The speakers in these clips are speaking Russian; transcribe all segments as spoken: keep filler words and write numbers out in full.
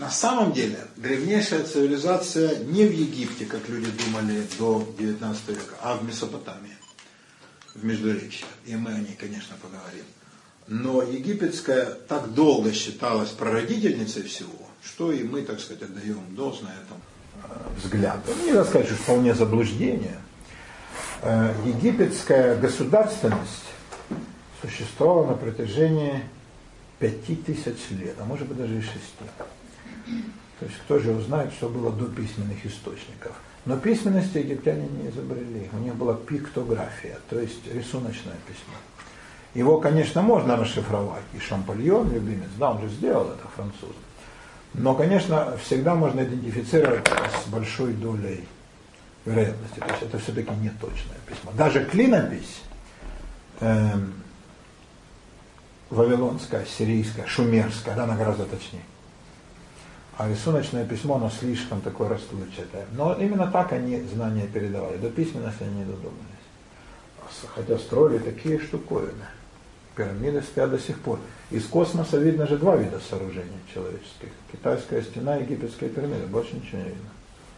На самом деле, древнейшая цивилизация не в Египте, как люди думали до девятнадцатого века, а в Месопотамии, в Междуречье. И мы о ней, конечно, поговорим. Но египетская так долго считалась прародительницей всего, что и мы, так сказать, отдаем должное этому взгляду. Нельзя сказать, что вполне заблуждение. Египетская государственность существовала на протяжении пяти тысяч лет, а может быть даже и шести. То есть кто же узнает, что было до письменных источников. Но письменности египтяне не изобрели. У них была пиктография, то есть рисуночное письмо. Его, конечно, можно расшифровать. И Шампольон, любимец, да, он же сделал это, француз. Но, конечно, всегда можно идентифицировать с большой долей вероятности. То есть это все-таки не точное письмо. Даже клинопись эм, вавилонская, сирийская, шумерская, да, она гораздо точнее. А рисуночное письмо, оно слишком такое расплывчатое. Но именно так они знания передавали. До письменности они не додумались. Хотя строили такие штуковины. Пирамиды спят до сих пор. Из космоса видно же два вида сооружений человеческих. Китайская стена и египетская пирамида. Больше ничего не видно.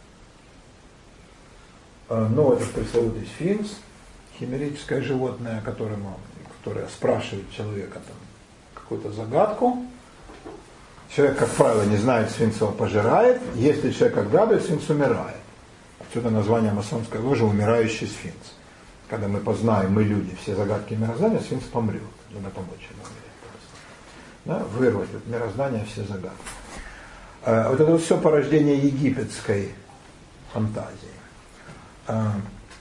Но это пресловутый сфинкс, химерическое животное, которому, которое спрашивает человека там, какую-то загадку. Человек, как правило, не знает, сфинкс его пожирает. Если человек отгадывает, сфинкс умирает. Отсюда название масонской ложи «Умирающий сфинкс». Когда мы познаем, мы люди, все загадки мироздания, сфинкс помрет. Надо помочь ему умереть. Да? Вырвать от мироздания все загадки. А, вот это вот все порождение египетской фантазии. А,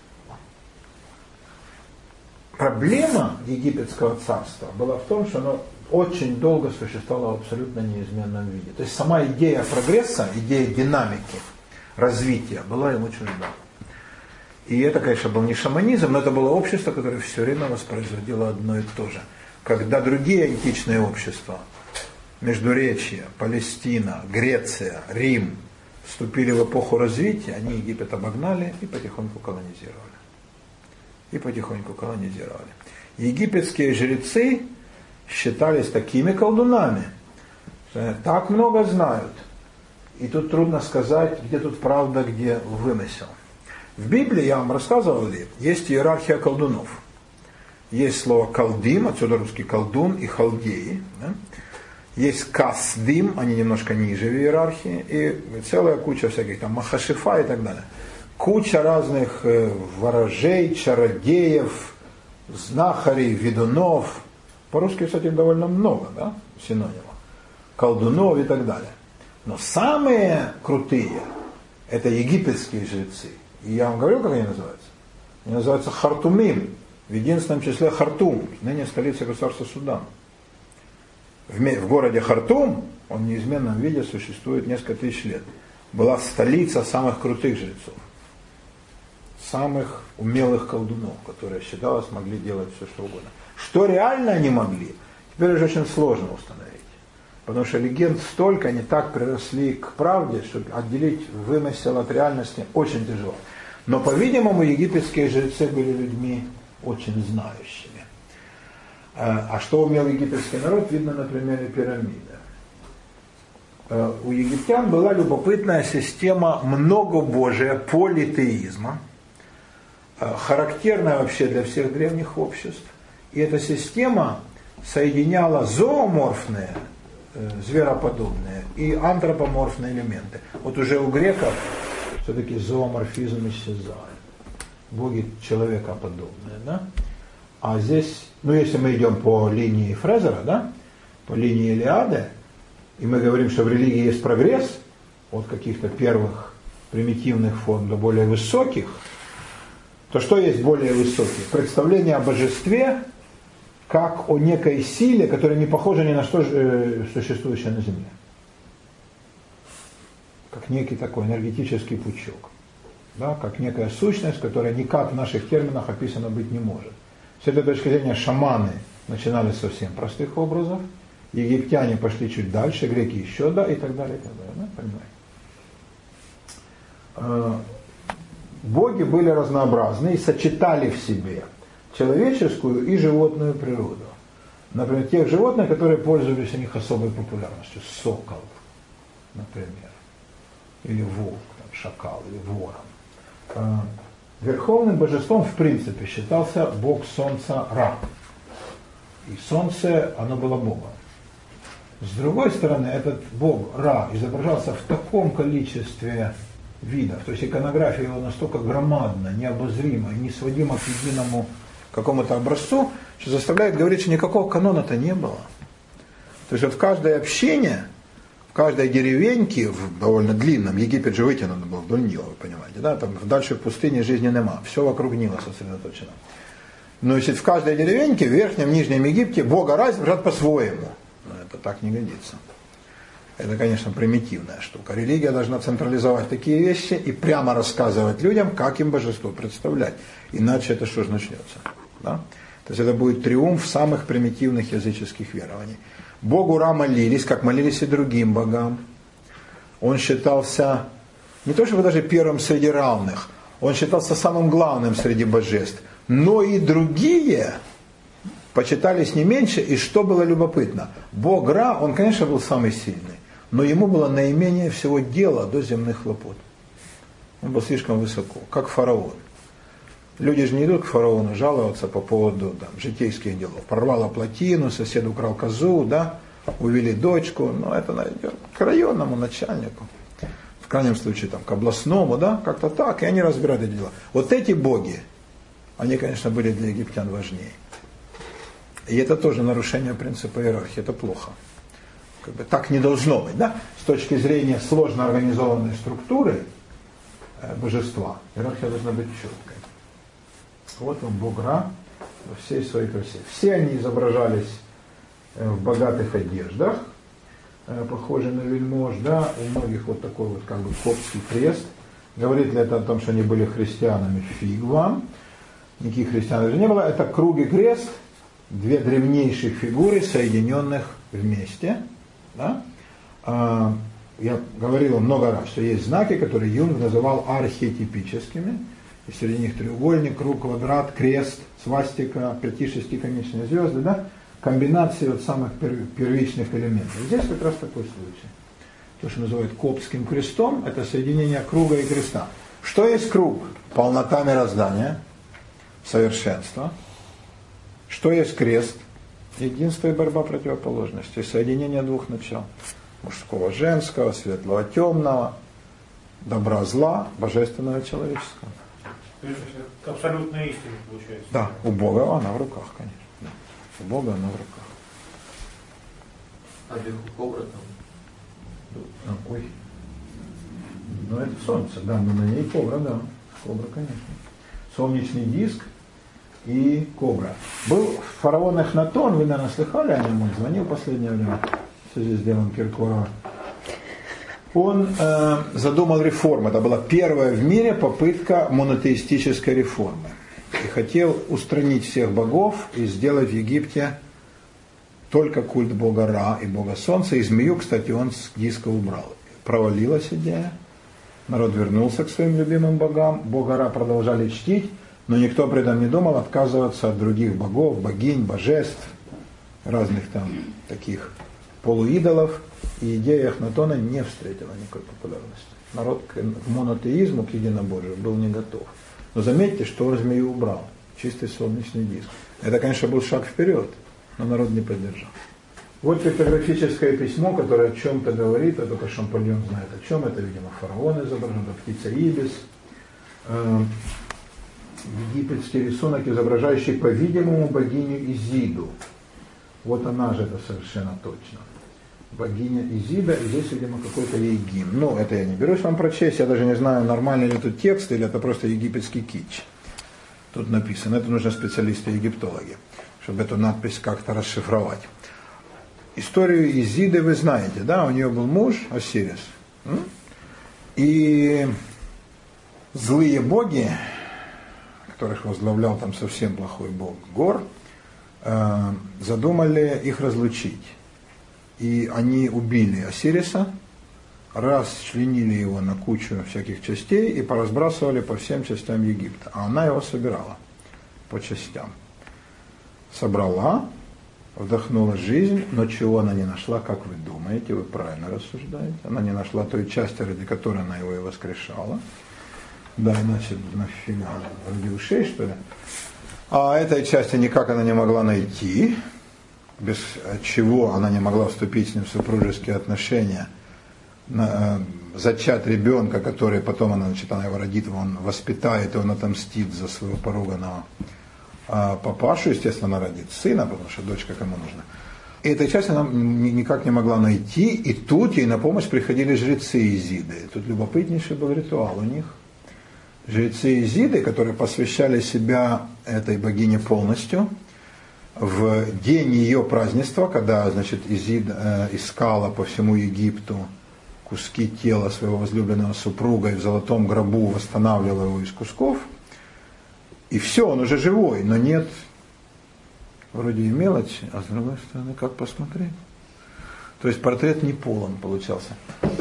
проблема египетского царства была в том, что оно очень долго существовало в абсолютно неизменном виде. То есть сама идея прогресса, идея динамики, развития была ему чужда. И это, конечно, был не шаманизм, но это было общество, которое все время воспроизводило одно и то же. Когда другие античные общества, Междуречье, Палестина, Греция, Рим, вступили в эпоху развития, они Египет обогнали и потихоньку колонизировали. И потихоньку колонизировали. Египетские жрецы считались такими колдунами, что так много знают. И тут трудно сказать, где тут правда, где вымысел. В Библии, я вам рассказывал, есть иерархия колдунов. Есть слово колдим, отсюда русский колдун и халдеи. Да? Есть касдим, они немножко ниже в иерархии, и целая куча всяких там махашифа и так далее. Куча разных э, ворожей, чародеев, знахарей, ведунов. По-русски, кстати, довольно много, да, синонимов. Колдунов и так далее. Но самые крутые – это египетские жрецы. И я вам говорил, как они называются? Они называются Хартумим, в единственном числе Хартум, ныне столица государства Судан. В, в городе Хартум, он в неизменном виде существует несколько тысяч лет, была столица самых крутых жрецов, самых умелых колдунов, которые, считалось, могли делать все, что угодно. Что реально они могли, теперь уже очень сложно установить. Потому что легенд столько, они так приросли к правде, что отделить вымысел от реальности очень тяжело. Но, по-видимому, египетские жрецы были людьми очень знающими. А что умел египетский народ, видно на примере пирамиды. У египтян была любопытная система многобожия, политеизма, характерная вообще для всех древних обществ. И эта система соединяла зооморфные, звероподобные и антропоморфные элементы. Вот уже у греков все-таки зооморфизм исчезает. Боги человекоподобные, да? А здесь, ну если мы идем по линии Фрезера, да, по линии Илиады, и мы говорим, что в религии есть прогресс от каких-то первых примитивных форм до более высоких, то что есть более высокие? Представление о божестве как о некой силе, которая не похожа ни на что существующее на Земле. Как некий такой энергетический пучок. Да, как некая сущность, которая никак в наших терминах описана быть не может. С этой точки зрения шаманы начинали с совсем простых образов, египтяне пошли чуть дальше, греки еще, да, и так далее, и так далее. Да, понимаете? Боги были разнообразны и сочетали в себе человеческую и животную природу. Например, тех животных, которые пользовались у них особой популярностью. Сокол. например, или волк, шакал, или ворон. Верховным божеством в принципе считался бог солнца Ра. И солнце, оно было богом. С другой стороны, этот бог Ра изображался в таком количестве видов, то есть иконография его настолько громадна, необозрима, не сводима к единому какому-то образцу, что заставляет говорить, что никакого канона-то не было. То есть вот в каждое общение, в каждой деревеньке, в довольно длинном, Египет же вытянут был вдоль Нила, вы понимаете, да, там дальше в пустыне жизни нема, все вокруг Нила сосредоточено. Но если в каждой деревеньке, в Верхнем, Нижнем Египте, бога Ра изображают по-своему. Но это так не годится. Это, конечно, примитивная штука. Религия должна централизовать такие вещи и прямо рассказывать людям, как им божество представлять. Иначе это что же начнется? Да? То есть это будет триумф самых примитивных языческих верований. Богу Ра молились, как молились и другим богам. Он считался не то чтобы даже первым среди равных, он считался самым главным среди божеств. Но и другие почитались не меньше, и что было любопытно, бог Ра, он, конечно, был самый сильный, но ему было наименее всего дела до земных хлопот. Он был слишком высоко, как фараон. Люди же не идут к фараону жаловаться по поводу там, житейских дел. Порвала плотину, сосед украл козу, да, увели дочку, но это найдет к районному начальнику. В крайнем случае там, к областному, да, как-то так, и они разбирают эти дела. Вот эти боги, они, конечно, были для египтян важнее. И это тоже нарушение принципа иерархии, это плохо. Как бы так не должно быть, да? С точки зрения сложно организованной структуры э, божества, иерархия должна быть четкой. Вот он, бог Ра, во всей своей красе. Все они изображались э, в богатых одеждах, э, похожие на вельмож, да, у многих вот такой вот как бы коптский крест. Говорит ли это о том, что они были христианами? Фиг вам. Никаких христиан даже не было. Это круг и крест, две древнейшие фигуры, соединенных вместе. Да? А, я говорил много раз, что есть знаки, которые Юнг называл архетипическими. И среди них треугольник, круг, квадрат, крест, свастика, пяти-шестиконечные звезды. Да? Комбинации вот самых первичных элементов. Здесь как раз такой случай. То, что называют коптским крестом, это соединение круга и креста. Что есть круг? Полнота мироздания, совершенство. Что есть крест? Единство и борьба противоположностей, соединение двух начал. Мужского, женского, светлого, темного, добра, зла, божественного, человеческого. То есть абсолютная истина получается. Да, у Бога она в руках, конечно. Да. У Бога она в руках. А вверху кобра там? А, ой. Ну это солнце, да, но на ней кобра, да. Кобра, конечно. Солнечный диск и кобра. Был фараон Эхнатон, вы, наверное, слыхали о нем, он звонил в последнее время в связи с делом Киркорова. Он э, задумал реформу. Это была первая в мире попытка монотеистической реформы. И хотел устранить всех богов и сделать в Египте только культ бога Ра и бога Солнца. И змею, кстати, он с диска убрал. Провалилась идея. Народ вернулся к своим любимым богам. Бога Ра продолжали чтить, но никто при этом не думал отказываться от других богов, богинь, божеств, разных там таких полуидолов. И идея Эхнатона не встретила никакой популярности. Народ к монотеизму, к единобожию был не готов. Но заметьте, что он змею убрал. Чистый солнечный диск. Это, конечно, был шаг вперед, но народ не поддержал. Вот пиктографическое письмо, которое о чем-то говорит, а только Шампольон знает о чем. Это, видимо, фараон изображен, это птица Ибис. Египетский рисунок, изображающий, по-видимому, богиню Изиду. Вот она же это совершенно точно. Богиня Изида, и здесь, видимо, какой-то ей гимн. Ну, это я не берусь вам прочесть, я даже не знаю, нормальный ли тут текст, или это просто египетский кич. Тут написано, это нужно специалисты-египтологи, чтобы эту надпись как-то расшифровать. Историю Изиды вы знаете, да, у нее был муж Осирис. И злые боги, которых возглавлял там совсем плохой бог Гор, задумали их разлучить. И они убили Осириса, расчленили его на кучу всяких частей и поразбрасывали по всем частям Египта. А она его собирала по частям. Собрала вдохнула жизнь, но чего она не нашла, как вы думаете, вы правильно рассуждаете. Она не нашла той части, ради которой она его и воскрешала. Да, иначе нафига, ради ушей, что ли. А этой части никак она не могла найти, без чего она не могла вступить с ним в супружеские отношения, зачать ребенка, который потом она, значит, она его родит, он воспитает, и он отомстит за своего поруганного папашу, естественно, она родит сына, потому что дочка кому нужна. И этой части она никак не могла найти, и тут ей на помощь приходили жрецы Изиды. Тут любопытнейший был ритуал у них. Жрецы Изиды, которые посвящали себя этой богине полностью, в день ее празднества, когда, значит, Изида э, искала по всему Египту куски тела своего возлюбленного супруга и в золотом гробу восстанавливала его из кусков, и все, он уже живой, но нет, вроде и мелочи, а с другой стороны, как посмотреть? То есть портрет не полон получался.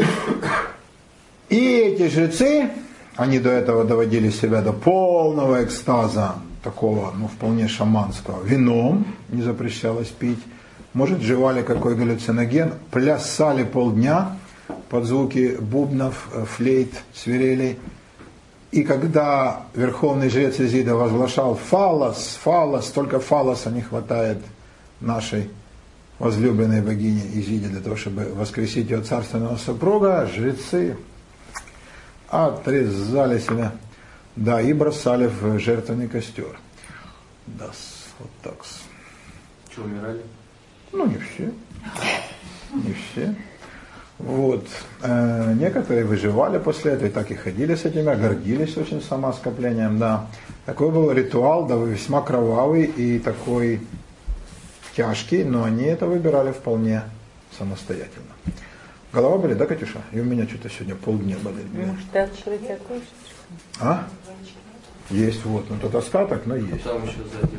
И эти жрецы, они до этого доводили себя до полного экстаза, такого, ну, вполне шаманского. Вином не запрещалось пить, может, жевали какой галлюциноген, плясали полдня под звуки бубнов, флейт, свирелей. И когда верховный жрец Изида возглашал «Фалос, Фалос», только Фалоса не хватает нашей возлюбленной богине Изиде для того, чтобы воскресить ее царственного супруга, жрецы отрезали себя, да, и бросали в жертвенный костер. Да, вот так. Что, умирали? Ну, не все. Не все. Вот. Э, некоторые выживали после этого и так и ходили с этими, гордились очень самоскоплением, да. Такой был ритуал, да, весьма кровавый и такой тяжкий, но они это выбирали вполне самостоятельно. Голова болит, да, Катюша? И у меня что-то сегодня полдня болит. Может, ты открыть окошечко? А? Есть, вот, ну тут остаток, но есть. Там еще сзади.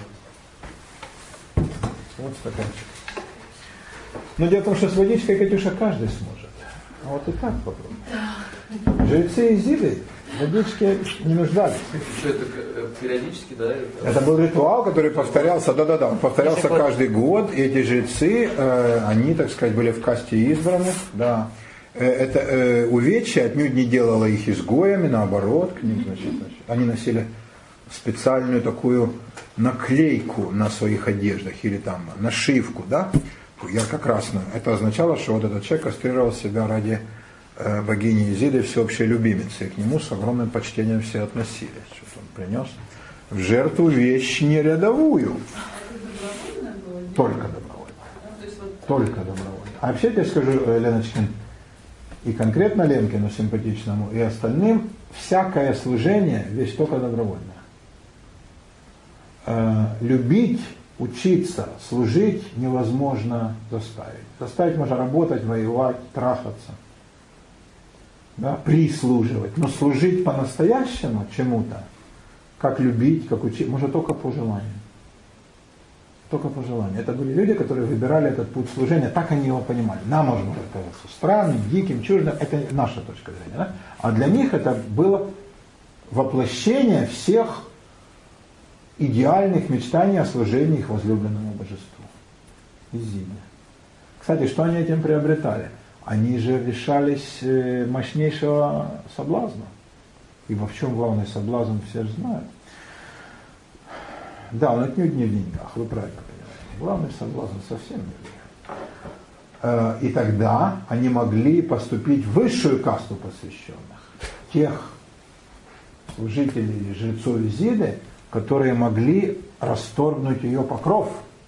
Вот стаканчик. Но дело в том, что с водичкой, Катюша, каждый сможет. А вот и так попробуем. Жрецы Изиды водички не нуждались. Что это периодически, да? Это был ритуал, который повторялся, да-да-да, он повторялся каждый год. И эти жрецы, э, они, так сказать, были в касте избранных, да. Это э, увечье отнюдь не делало их изгоями, наоборот, к ним, значит, значит, они носили специальную такую наклейку на своих одеждах или там нашивку, да, ярко-красную. Это означало, что вот этот человек кастрировал себя ради э, богини Изиды, всеобщей любимицы, и к нему с огромным почтением все относились. Что он принес в жертву вещь не рядовую. Только добровольно. Только добровольно. А вообще, я тебе скажу, Леночкин, и конкретно Ленкину симпатичному, и остальным, всякое служение вещь только добровольная. Э, любить, учиться, служить невозможно заставить. Заставить можно работать, воевать, трахаться, да, прислуживать. Но служить по-настоящему чему-то, как любить, как учить, можно только по желанию. Только по желанию. Это были люди, которые выбирали этот путь служения, так они его понимали. Нам, может быть, казаться странным, диким, чуждым, это наша точка зрения. Да? А для них это было воплощение всех идеальных мечтаний о служении их возлюбленному божеству. Изиде. Кстати, что они этим приобретали? Они же лишались мощнейшего соблазна. Ибо в чем главный соблазн, все же знают. Да, он отнюдь не в деньгах, вы правильно понимаете. Главный соблазн совсем не в деньгах. И тогда они могли поступить в высшую касту посвященных. Тех служителей или жрецов Изиды, которые могли расторгнуть ее покров.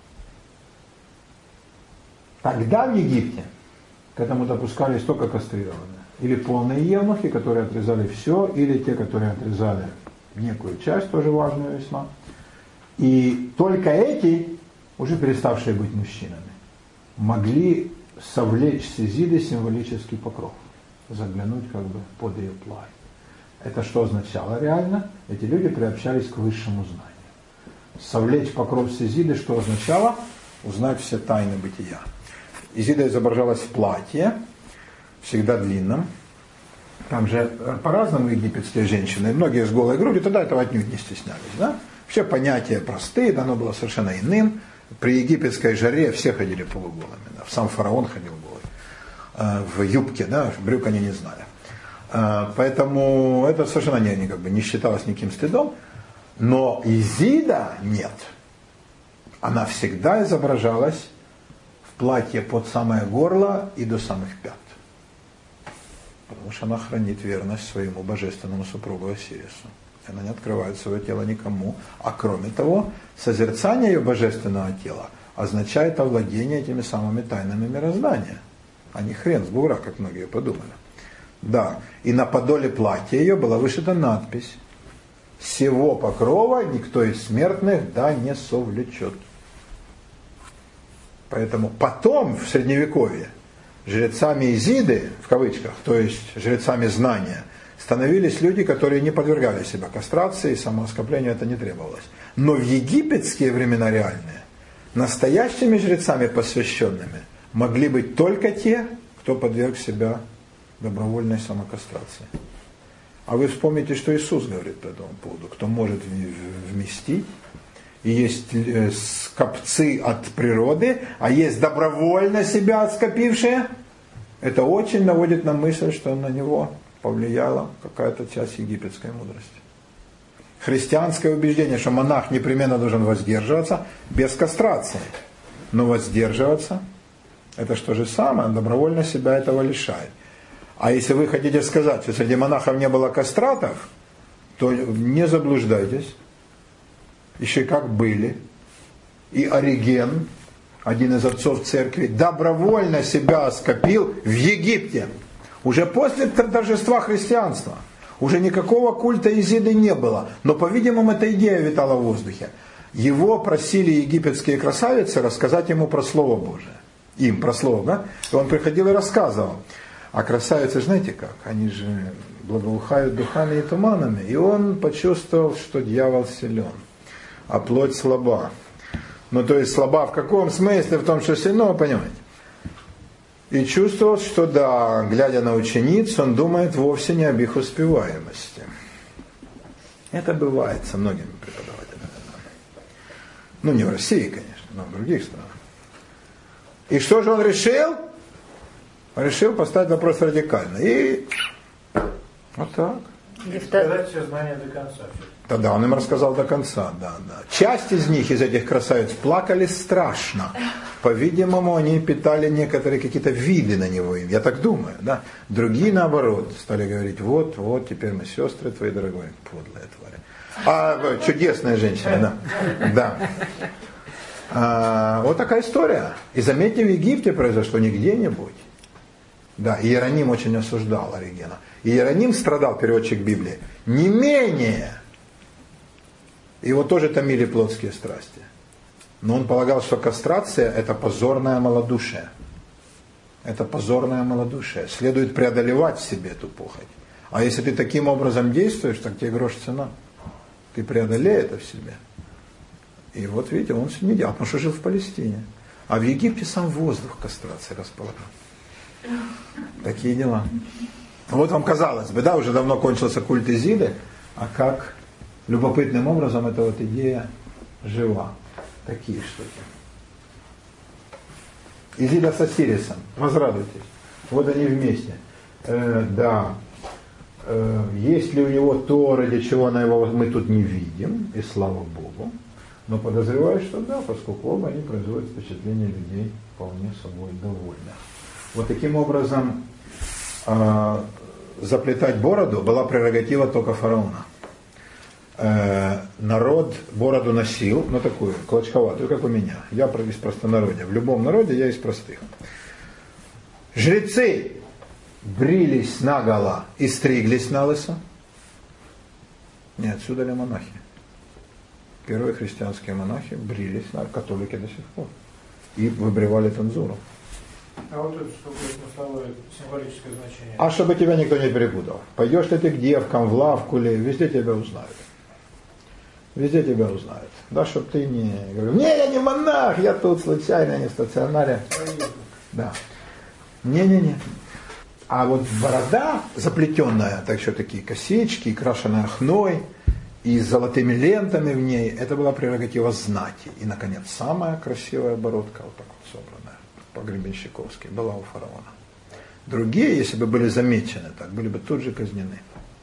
Тогда в Египте к этому допускались только кастрированные. Или полные евнухи, которые отрезали все, или те, которые отрезали некую часть, тоже важную весьма. И только эти, уже переставшие быть мужчинами, могли совлечь с Изиды символический покров, заглянуть как бы под ее плащ. Это что означало реально? Эти люди приобщались к высшему знанию. Совлечь покров с Изиды, что означало? Узнать все тайны бытия. Изида изображалась в платье, всегда длинном. Там же по-разному египетские женщины, многие с голой грудью, тогда этого отнюдь не стеснялись. Да? Все понятия простые, дано было совершенно иным. При египетской жаре все ходили полуголыми. Да. Сам фараон ходил голый. В юбке, да, брюк они не знали. Поэтому это совершенно не, не, как бы, не считалось никаким стыдом. Но Изида нет. Она всегда изображалась в платье под самое горло и до самых пят. Потому что она хранит верность своему божественному супругу Осирису. Она не открывает свое тело никому. А кроме того, созерцание ее божественного тела означает овладение этими самыми тайнами мироздания. А не хрен с бугра, как многие подумали. Да. И на подоле платья ее была вышита надпись: «Сего покрова никто из смертных да не совлечет». Поэтому потом, в Средневековье, жрецами Изиды, в кавычках, то есть жрецами знания, становились люди, которые не подвергали себя кастрации, и самооскоплению это не требовалось. Но в египетские времена реальные настоящими жрецами посвященными могли быть только те, кто подверг себя добровольной самокастрации. А вы вспомните, что Иисус говорит по этому поводу. Кто может вместить, и есть скопцы от природы, а есть добровольно себя отскопившие, это очень наводит на мысль, что на него повлияла какая-то часть египетской мудрости. Христианское убеждение, что монах непременно должен воздерживаться без кастрации. Но воздерживаться, это что же самое, он добровольно себя этого лишает. А если вы хотите сказать, что среди монахов не было кастратов, то не заблуждайтесь. Еще и как были. И Ориген, один из отцов церкви, добровольно себя оскопил в Египте. Уже после торжества христианства. Уже никакого культа Изиды не было. Но, по-видимому, эта идея витала в воздухе. Его просили египетские красавицы рассказать ему про Слово Божие. Им про Слово, да? И он приходил и рассказывал. А красавицы, знаете как? Они же благоухают духами и туманами. И он почувствовал, что дьявол силен, а плоть слаба. Ну, то есть слаба в каком смысле? В том, что сильно, вы понимаете. И чувствовал, что да, глядя на учениц, он думает вовсе не об их успеваемости. Это бывает со многими преподавателями. Ну, не в России, конечно, но в других странах. И что же он решил? Решил поставить вопрос радикально. И вот так. И сказать все знания до конца. Тогда он им рассказал до конца, да, да. Часть из них, из этих красавиц, плакали страшно. По-видимому, они питали некоторые какие-то виды на него, я так думаю, да. Другие, наоборот, стали говорить: вот, вот, теперь мы сестры твои, дорогой. Подлая тварь. А, чудесная женщина, да. Да. А, вот такая история. И заметьте, в Египте произошло не где-нибудь. Да, Иероним очень осуждал Оригена. Иероним страдал, переводчик Библии, не менее. Его тоже томили плотские страсти. Но он полагал, что кастрация – это позорное малодушие. Это позорное малодушие. Следует преодолевать в себе эту похоть. А если ты таким образом действуешь, так тебе грош цена. Ты преодолей это в себе. И вот видите, он все не делал, потому что жил в Палестине. А в Египте сам воздух кастрации располагал. Такие дела. Вот вам казалось бы, да, уже давно кончился культ Изиды, а как любопытным образом эта вот идея жива. Такие штуки. Изида с Осирисом. Возрадуйтесь. Вот они вместе. Э, да. Э, есть ли у него то, ради чего она его, мы тут не видим, и слава Богу. Но подозреваю, что да, поскольку оба они производят впечатление людей вполне собой довольных. Вот таким образом э, заплетать бороду была прерогатива только фараона. Э, народ бороду носил, ну такую, клочковатую, как у меня. Я из простонародья. В любом народе я из простых. Жрецы брились наголо и стриглись на лысо. Не отсюда ли монахи? Первые христианские монахи брились, католики до сих пор. И выбривали цензуру. А вот это что будет смысловое, символическое значение? А чтобы тебя никто не перепутал. Пойдешь ли ты к девкам, в лавку ли, везде тебя узнают. Везде тебя узнают. Да, чтобы ты не говорил: не, я не монах, я тут случайно, не в стационаре. Да. Не-не-не. А вот борода заплетенная, так еще такие косички, крашеная хной, и с золотыми лентами в ней. Это была прерогатива знати. И, наконец, самая красивая бородка, вот так вот собранная, по-гребенщиковски, была у фараона. Другие, если бы были замечены так, были бы тут же казнены.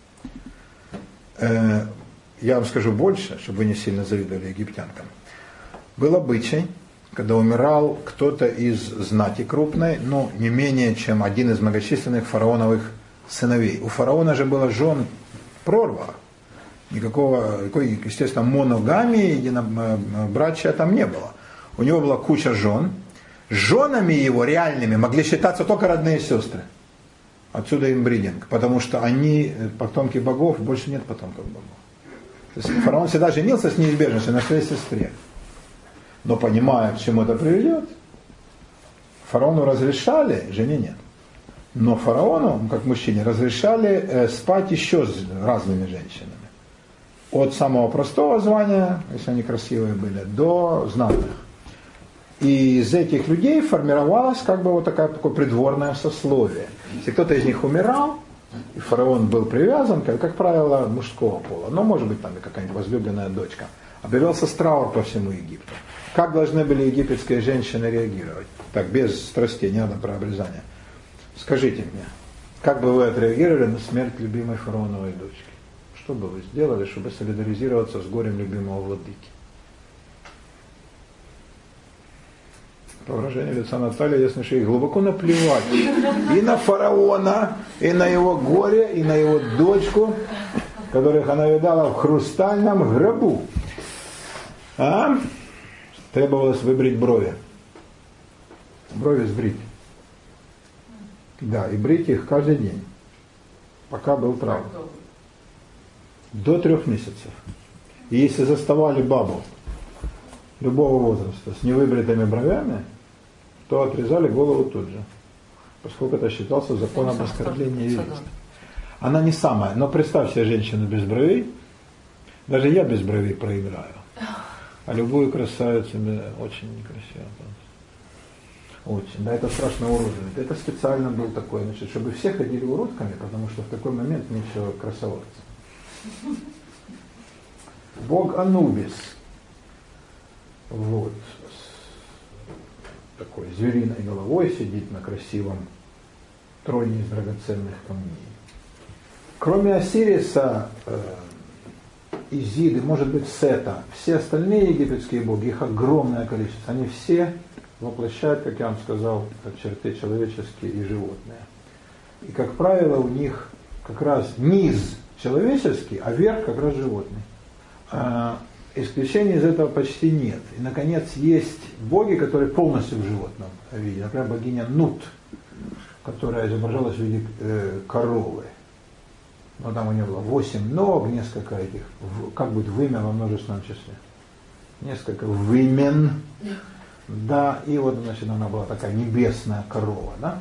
Э, я вам скажу больше, чтобы вы не сильно завидовали египтянкам. Был обычай, когда умирал кто-то из знати крупной, но не менее, чем один из многочисленных фараоновых сыновей. У фараона же было жен прорва. Никакого, никакой, естественно, моногамии, единобрачия там не было. У него была куча жен. Женами его реальными могли считаться только родные сестры. Отсюда инбридинг. Потому что они потомки богов, больше нет потомков богов. То есть фараон всегда женился с неизбежностью на своей сестре. Но понимая, к чему это приведет, фараону разрешали, жене нет. Но фараону, как мужчине, разрешали э, спать еще с разными женщинами. От самого простого звания, если они красивые были, до знатных. И из этих людей формировалось как бы вот такое, такое придворное сословие. Если кто-то из них умирал, и фараон был привязан, как, как правило, мужского пола, но может быть там и какая-нибудь возлюбленная дочка, объявился траур по всему Египту. Как должны были египетские женщины реагировать? Так, без страстей, не надо про обрезание. Скажите мне, как бы вы отреагировали на смерть любимой фараоновой дочки? Что бы вы сделали, чтобы солидаризироваться с горем любимого владыки? По выражению лица Натальи, ясно, что ей глубоко наплевать и на фараона, и на его горе, и на его дочку, которых она видала в хрустальном гробу. А? Требовалось выбрить брови. Брови сбрить. Да, и брить их каждый день, пока был траур. До трех месяцев. И если заставали бабу любого возраста с невыбритыми бровями, то отрезали голову тут же, поскольку это считался законом об оскорблении невесты. Она не самая, но представь себе женщину без бровей, даже я без бровей проиграю. А любую красавицу очень некрасиво. Очень. Да, это страшно уродует. Это специально был такой, значит, чтобы все ходили уродками, потому что в такой момент нечего красоваться. Бог Анубис. Вот. Такой звериной головой сидит на красивом троне из драгоценных камней. Кроме Осириса, э, Изиды, может быть, Сета, все остальные египетские боги, их огромное количество, они все воплощают, как я вам сказал, черты человеческие и животные. И, как правило, у них как раз низ человеческий, а верх как раз животный. А исключений из этого почти нет. И, наконец, есть боги, которые полностью в животном виде. Например, богиня Нут, которая изображалась в виде э, коровы. Но там у нее было восемь ног, несколько этих, как будет вымя во множественном числе. Несколько вымен. Да, и вот, значит, она была такая небесная корова, да?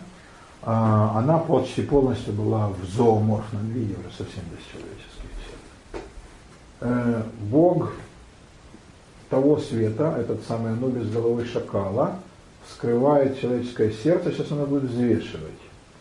А, она почти полностью была в зооморфном виде, уже совсем без человеческих черт. Э, Бог того света, этот самый Анубис с головы шакала, вскрывает человеческое сердце, сейчас оно будет взвешивать.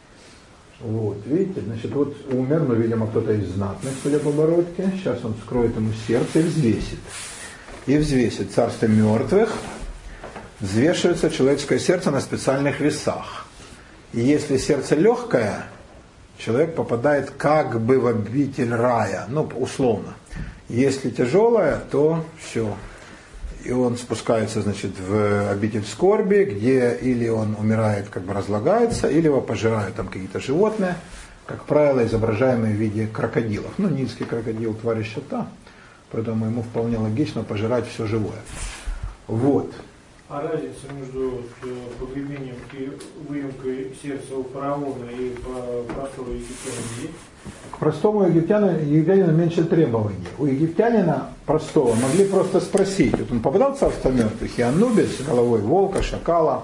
Вот, видите, значит, вот умер, ну, видимо, кто-то из знатных, судя по бородке, сейчас он вскроет ему сердце и взвесит. И взвесит царство мертвых, взвешивается человеческое сердце на специальных весах. И если сердце легкое, человек попадает как бы в обитель рая, ну, условно. Если тяжелое, то все. И он спускается, значит, в обитель скорби, где или он умирает, как бы разлагается, или его пожирают там какие-то животные, как правило, изображаемые в виде крокодилов. Ну, нильский крокодил – тварь щита, поэтому ему вполне логично пожирать все живое. Вот. А разница между погребением и выемкой сердца у фараона и простого египтянина есть? К простому египтянину, египтянину меньше требований. У египтянина простого могли просто спросить. Вот он попадал в царство мертвых, и Анубис с головой волка, шакала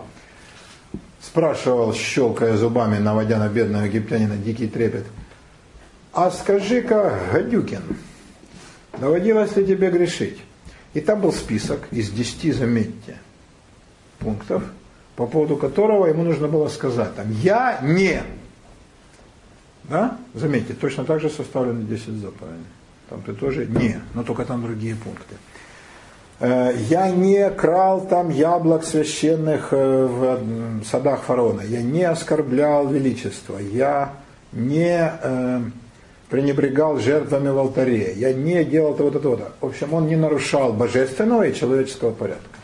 спрашивал, щелкая зубами, наводя на бедного египтянина дикий трепет: а скажи-ка, гадюкин, доводилось ли тебе грешить? И там был список из десяти, заметьте, пунктов, по поводу которого ему нужно было сказать там: я не. Да? Заметьте, точно так же составлены десять заповедей. Там ты тоже не, но только там другие пункты. Я не крал там яблок священных в садах фараона, я не оскорблял величество, я не э, пренебрегал жертвами в алтаре, я не делал того-то, того-то. В общем, он не нарушал божественного и человеческого порядка.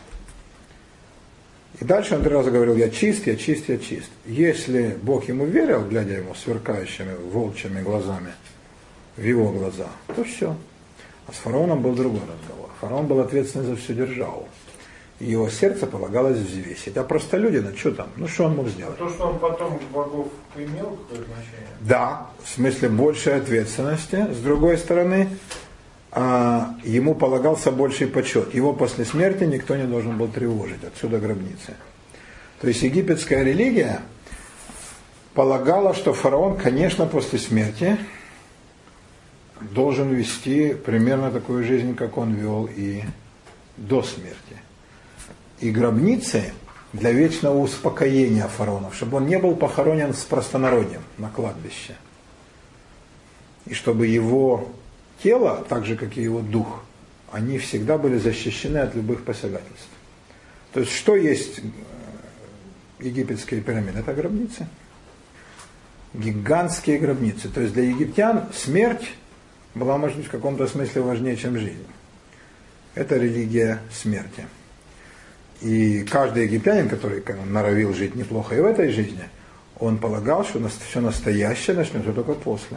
И дальше он три раза говорил: я чист, я чист, я чист. Если Бог ему верил, глядя ему сверкающими волчьими глазами в его глаза, то все. А с фараоном был другой разговор. Фараон был ответственен за всю державу. И его сердце полагалось взвесить. А простолюдина, что там? Ну что он мог сделать? А то, что он потом богов имел какое-то значение? Да, в смысле большей ответственности. С другой стороны, а, ему полагался больший почет. Его после смерти никто не должен был тревожить. Отсюда гробницы. То есть египетская религия полагала, что фараон, конечно, после смерти должен вести примерно такую жизнь, как он вел и до смерти. И гробницы для вечного успокоения фараонов, чтобы он не был похоронен с простонародьем на кладбище. И чтобы его тело, так же как и его дух, они всегда были защищены от любых посягательств. То есть что есть египетские пирамиды? Это гробницы. Гигантские гробницы. То есть для египтян смерть была, может быть, в каком-то смысле важнее, чем жизнь. Это религия смерти. И каждый египтянин, который норовил жить неплохо и в этой жизни, он полагал, что все настоящее начнется только после.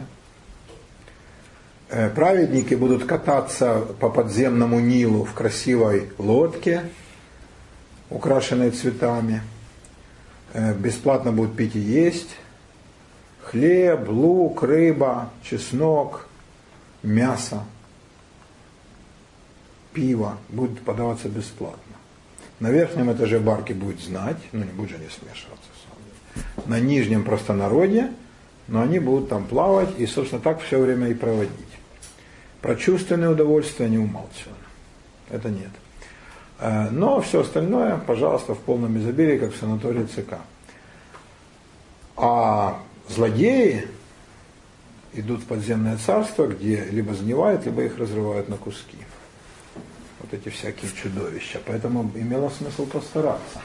Праведники будут кататься по подземному Нилу в красивой лодке, украшенной цветами. Бесплатно будут пить и есть. Хлеб, лук, рыба, чеснок, мясо, пиво будет подаваться бесплатно. На верхнем этаже барки будет знать, ну не будет же они смешиваться. На нижнем простонародье, но они будут там плавать и, собственно, так все время и проводить. Про чувственные удовольствия не умалчивано. Это нет. Но все остальное, пожалуйста, в полном изобилии, как в санатории ЦК. А злодеи идут в подземное царство, где либо сгнивают, либо их разрывают на куски. Вот эти всякие чудовища. Поэтому имело смысл постараться.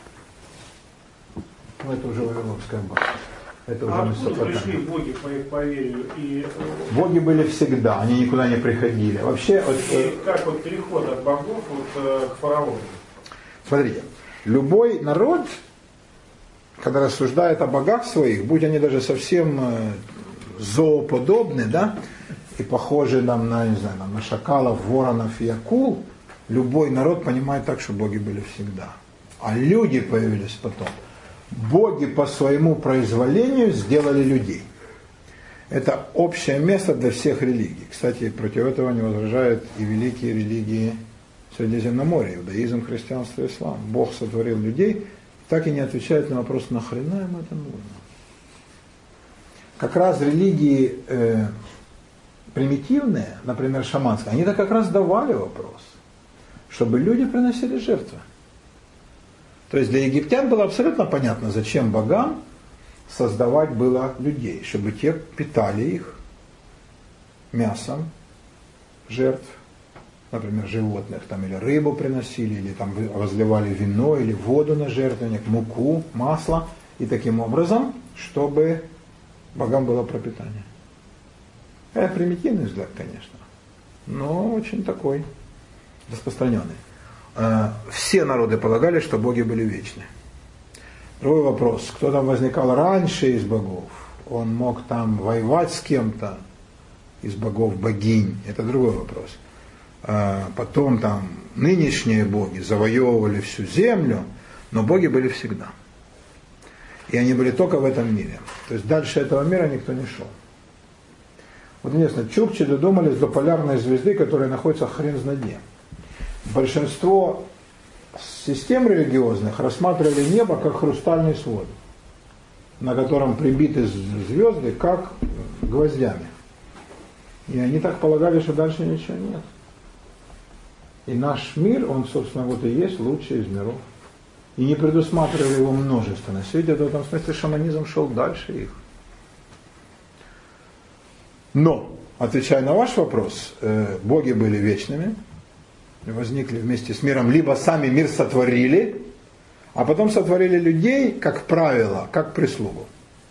Ну, это уже Вавилонская башня. Это уже а Месопотамия. откуда пришли боги по их поверью? И, боги были всегда, они никуда не приходили. Вообще, вот, и как вот переход от богов вот, к фараону? Смотрите, любой народ, когда рассуждает о богах своих, будь они даже совсем зооподобны, да, и похожи нам на, не знаю, на шакалов, воронов и акул, любой народ понимает так, что боги были всегда. А люди появились потом. Боги по своему произволению сделали людей. Это общее место для всех религий. Кстати, против этого не возражают и великие религии Средиземноморья, иудаизм, христианство, ислам. Бог сотворил людей, так и не отвечает на вопрос, нахрена ему это нужно. Как раз религии э, примитивные, например, шаманские, они-то как раз давали вопрос, чтобы люди приносили жертвы. То есть для египтян было абсолютно понятно, зачем богам создавать было людей, чтобы те питали их мясом жертв, например, животных, там, или рыбу приносили, или там возливали вино, или воду на жертвенник, муку, масло, и таким образом, чтобы богам было пропитание. Это примитивный взгляд, конечно, но очень такой распространенный. Все народы полагали, что боги были вечны. Другой вопрос, кто там возникал раньше из богов, он мог там воевать с кем-то из богов-богинь, это другой вопрос. Потом там нынешние боги завоевывали всю землю, но боги были всегда. И они были только в этом мире. То есть дальше этого мира никто не шел. Вот интересно, чукчи додумались до полярной звезды, которая находится хрен знает где. Большинство систем религиозных рассматривали небо как хрустальный свод, на котором прибиты звезды как гвоздями. И они так полагали, что дальше ничего нет. И наш мир, он, собственно, вот и есть лучший из миров. И не предусматривали его множественность. Видите, в этом смысле шаманизм шел дальше их. Но отвечая на ваш вопрос, боги были вечными, возникли вместе с миром, либо сами мир сотворили, а потом сотворили людей, как правило, как прислугу.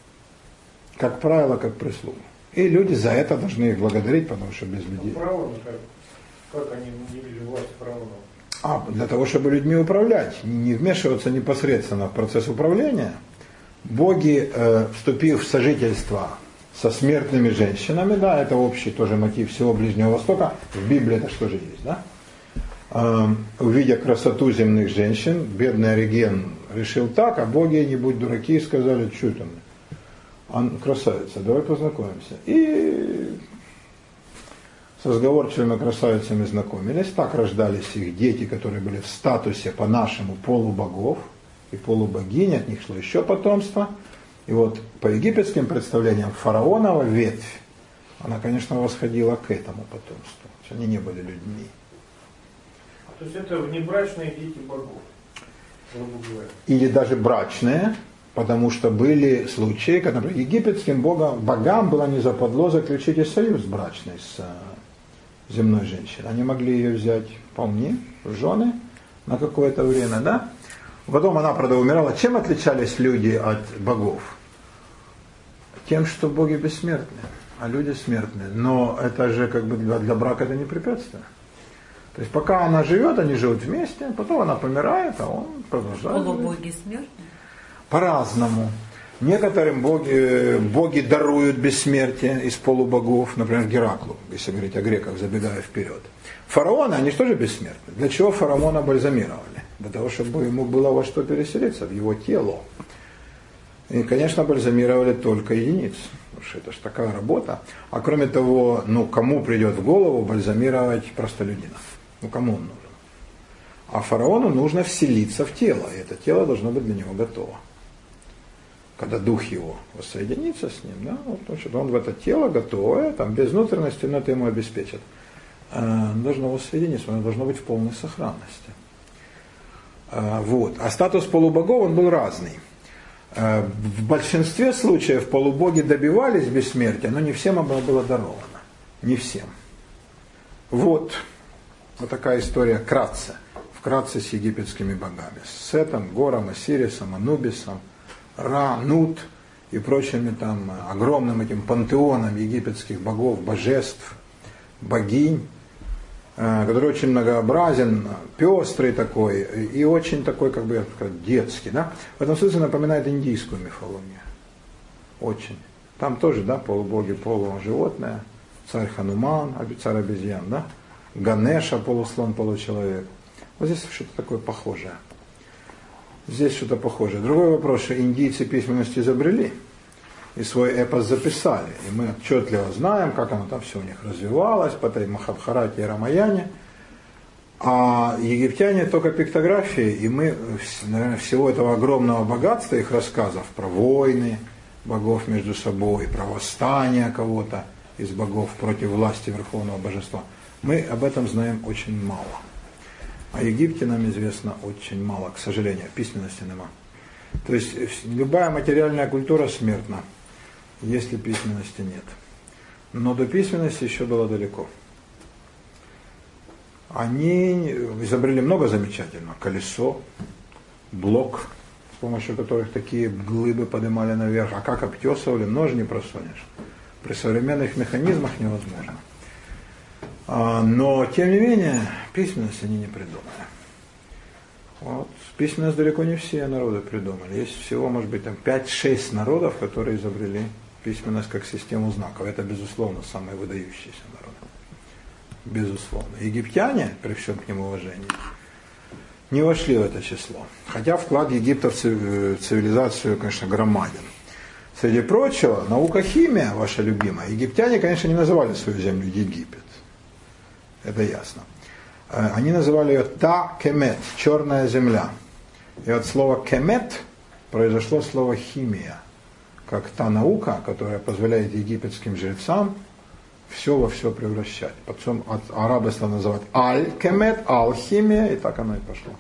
Как правило, как прислугу. И люди за это должны их благодарить, потому что без людей... Фараон, как, как они наделили власть фараона? А, для того, чтобы людьми управлять, не вмешиваться непосредственно в процесс управления, боги, э, вступив в сожительство со смертными женщинами, да, это общий тоже мотив всего Ближнего Востока, в Библии это что же есть, да? Э, увидя красоту земных женщин, бедный Ориген решил так, а боги, не будь дураки, сказали, что это мне? Он красавица, давай познакомимся. И с разговорчивыми красавицами знакомились. Так рождались их дети, которые были в статусе по-нашему полубогов и полубогинь, от них шло еще потомство. И вот по египетским представлениям фараонова ветвь, она, конечно, восходила к этому потомству. Они не были людьми. То есть это внебрачные дети богов, грубо говоря. Или даже брачные. Потому что были случаи, когда, например, египетским богам, богам было не западло заключить и союз брачный с э, земной женщиной. Они могли ее взять вполне в жены на какое-то время, да? Потом она, правда, умирала. Чем отличались люди от богов? Тем, что боги бессмертны, а люди смертны. Но это же как бы для, для брака это не препятствие. То есть пока она живет, они живут вместе, потом она помирает, а он продолжает. Полубоги смертны? По-разному. Некоторым боги, боги даруют бессмертие из полубогов, например, Гераклу, если говорить о греках, забегая вперед. Фараоны, они же тоже бессмертны. Для чего фараона бальзамировали? Для того, чтобы ему было во что переселиться, в его тело. И, конечно, бальзамировали только единиц, потому что это же такая работа. А кроме того, ну, кому придет в голову бальзамировать простолюдинов? Ну, кому он нужен? А фараону нужно вселиться в тело, и это тело должно быть для него готово. Когда дух его воссоединится с ним, да, вот, значит, он в это тело готовое, там, без внутренности, но это ему обеспечит. Э, должно воссоединиться, оно должно быть в полной сохранности. Э, вот. А статус полубогов, он был разный. Э, в большинстве случаев полубоги добивались бессмертия, но не всем оно было даровано. Не всем. Вот. Вот такая история вкратце. Вкратце с египетскими богами. С Сетом, Гором, Осирисом, Анубисом, Ра, Нут и прочими там огромным этим пантеоном египетских богов, божеств, богинь, который очень многообразен, пестрый такой и очень такой, как бы я сказал, детский. Да? В этом смысле напоминает индийскую мифологию. Очень. Там тоже, да, полубоги, полуживотное, царь Хануман, царь обезьян, да? Ганеша, полуслон, получеловек. Вот здесь что-то такое похожее. Здесь что-то похожее. Другой вопрос, что индийцы письменность изобрели и свой эпос записали. И мы отчетливо знаем, как оно там все у них развивалось, по этой Махабхарате и Рамаяне. А египтяне только пиктографии, и мы, наверное, всего этого огромного богатства их рассказов про войны богов между собой, про восстание кого-то из богов против власти Верховного Божества, мы об этом знаем очень мало. О Египте нам известно очень мало, к сожалению, письменности нема. То есть любая материальная культура смертна, если письменности нет. Но до письменности еще было далеко. Они изобрели много замечательного. Колесо, блок, с помощью которых такие глыбы поднимали наверх. А как обтесывали, нож не просунешь. При современных механизмах невозможно. Но, тем не менее, письменность они не придумали. Вот. Письменность далеко не все народы придумали. Есть всего, может быть, там пять-шесть народов, которые изобрели письменность как систему знаков. Это, безусловно, самые выдающиеся народы. Безусловно. Египтяне, при всем к ним уважении, не вошли в это число. Хотя вклад Египта в цивилизацию, конечно, громаден. Среди прочего, наука химия, ваша любимая, египтяне, конечно, не называли свою землю Египет. Это ясно. Они называли ее Та-Кемет, черная земля. И от слова кемет произошло слово химия, как та наука, которая позволяет египетским жрецам все во все превращать. Потом от арабы стали называть аль-кемет, алхимия, и так оно и пошло.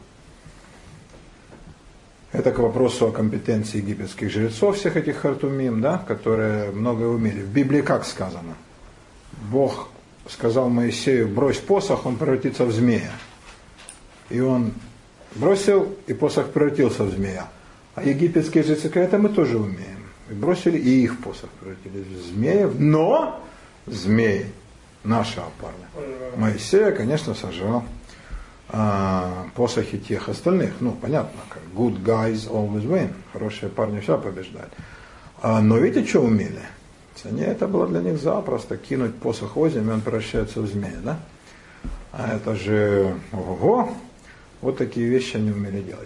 Это к вопросу о компетенции египетских жрецов, всех этих хартумим, да, которые многое умели. В Библии как сказано? Бог сказал Моисею: брось посох, он превратится в змея. И он бросил, и посох превратился в змея. А египетские жрецы говорят: это мы тоже умеем. И бросили, и их посох превратились в змеев, но змей нашего парня Моисея, конечно, сожрал а, посохи тех остальных. Ну, понятно, как good guys always win. Хорошие парни все побеждают. А, но видите, что умели? Они, это было для них запросто кинуть посох в землю, и он превращается в змея, да? А это же, ого, вот такие вещи они умели делать.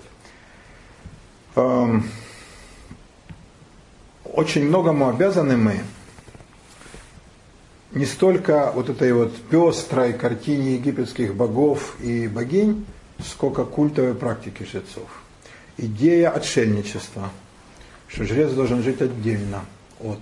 Эм, очень многому обязаны мы не столько вот этой вот пестрой картине египетских богов и богинь, сколько культовой практики жрецов. Идея отшельничества, что жрец должен жить отдельно от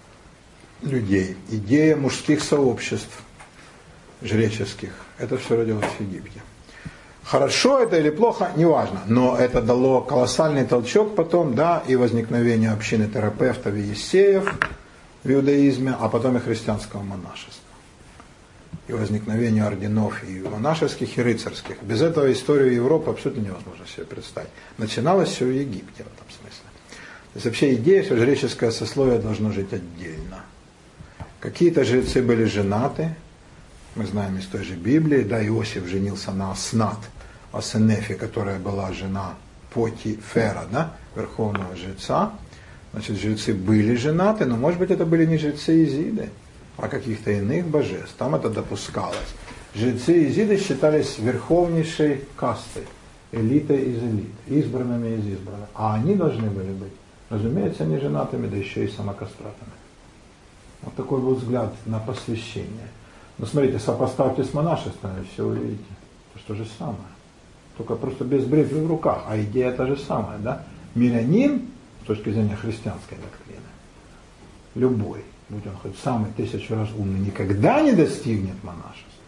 людей. Идея мужских сообществ жреческих. Это все родилось в Египте. Хорошо это или плохо, неважно, но это дало колоссальный толчок потом, да, и возникновение общины терапевтов и ессеев в иудаизме, а потом и христианского монашества. И возникновение орденов и монашеских, и рыцарских. Без этого историю Европы абсолютно невозможно себе представить. Начиналось все в Египте в этом смысле. То есть вообще идея, что жреческое сословие должно жить отдельно. Какие-то жрецы были женаты, мы знаем из той же Библии, да, Иосиф женился на Аснат, Асенефе, которая была жена Потифера, да, верховного жреца. Значит, жрецы были женаты, но, может быть, это были не жрецы Изиды, а каких-то иных божеств. Там это допускалось. Жрецы Изиды считались верховнейшей кастой, элитой из элит, избранными из избранных. А они должны были быть, разумеется, не женатыми, да еще и самокастратами. Вот такой был взгляд на посвящение. Но смотрите, сопоставьте с монашеством, и все увидите. Это то же самое. Только просто без бритвы в руках. А идея та же самая, да? Мирянин, с точки зрения христианской доктрины, любой, будь он хоть самый тысячу раз умный, никогда не достигнет монашества.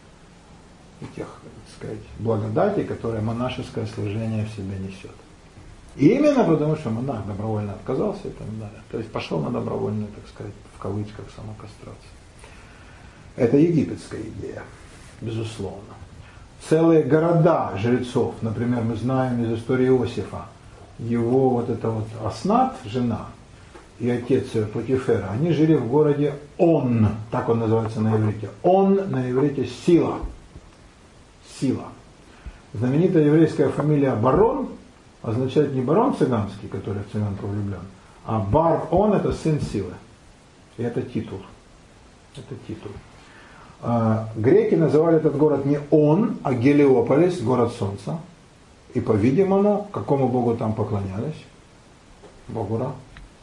И тех, так сказать, благодатей, которые монашеское служение в себе несет. И именно потому, что монах добровольно отказался и так далее. То есть пошел на добровольную, так сказать, в кавычках, самокастрацию. Это египетская идея, безусловно. Целые города жрецов, например, мы знаем из истории Иосифа, его вот эта вот Аснат, жена, и отец ее Потифера, они жили в городе Он, так он называется на иврите. Он на иврите сила. Сила. Знаменитая еврейская фамилия Барон означает не барон цыганский, который в цыганку влюблен, а Бар-Он — это сын силы. И это титул. Это титул. А, греки называли этот город не Он, а Гелиополис, город солнца. И, по-видимому, какому богу там поклонялись? Богу Ра.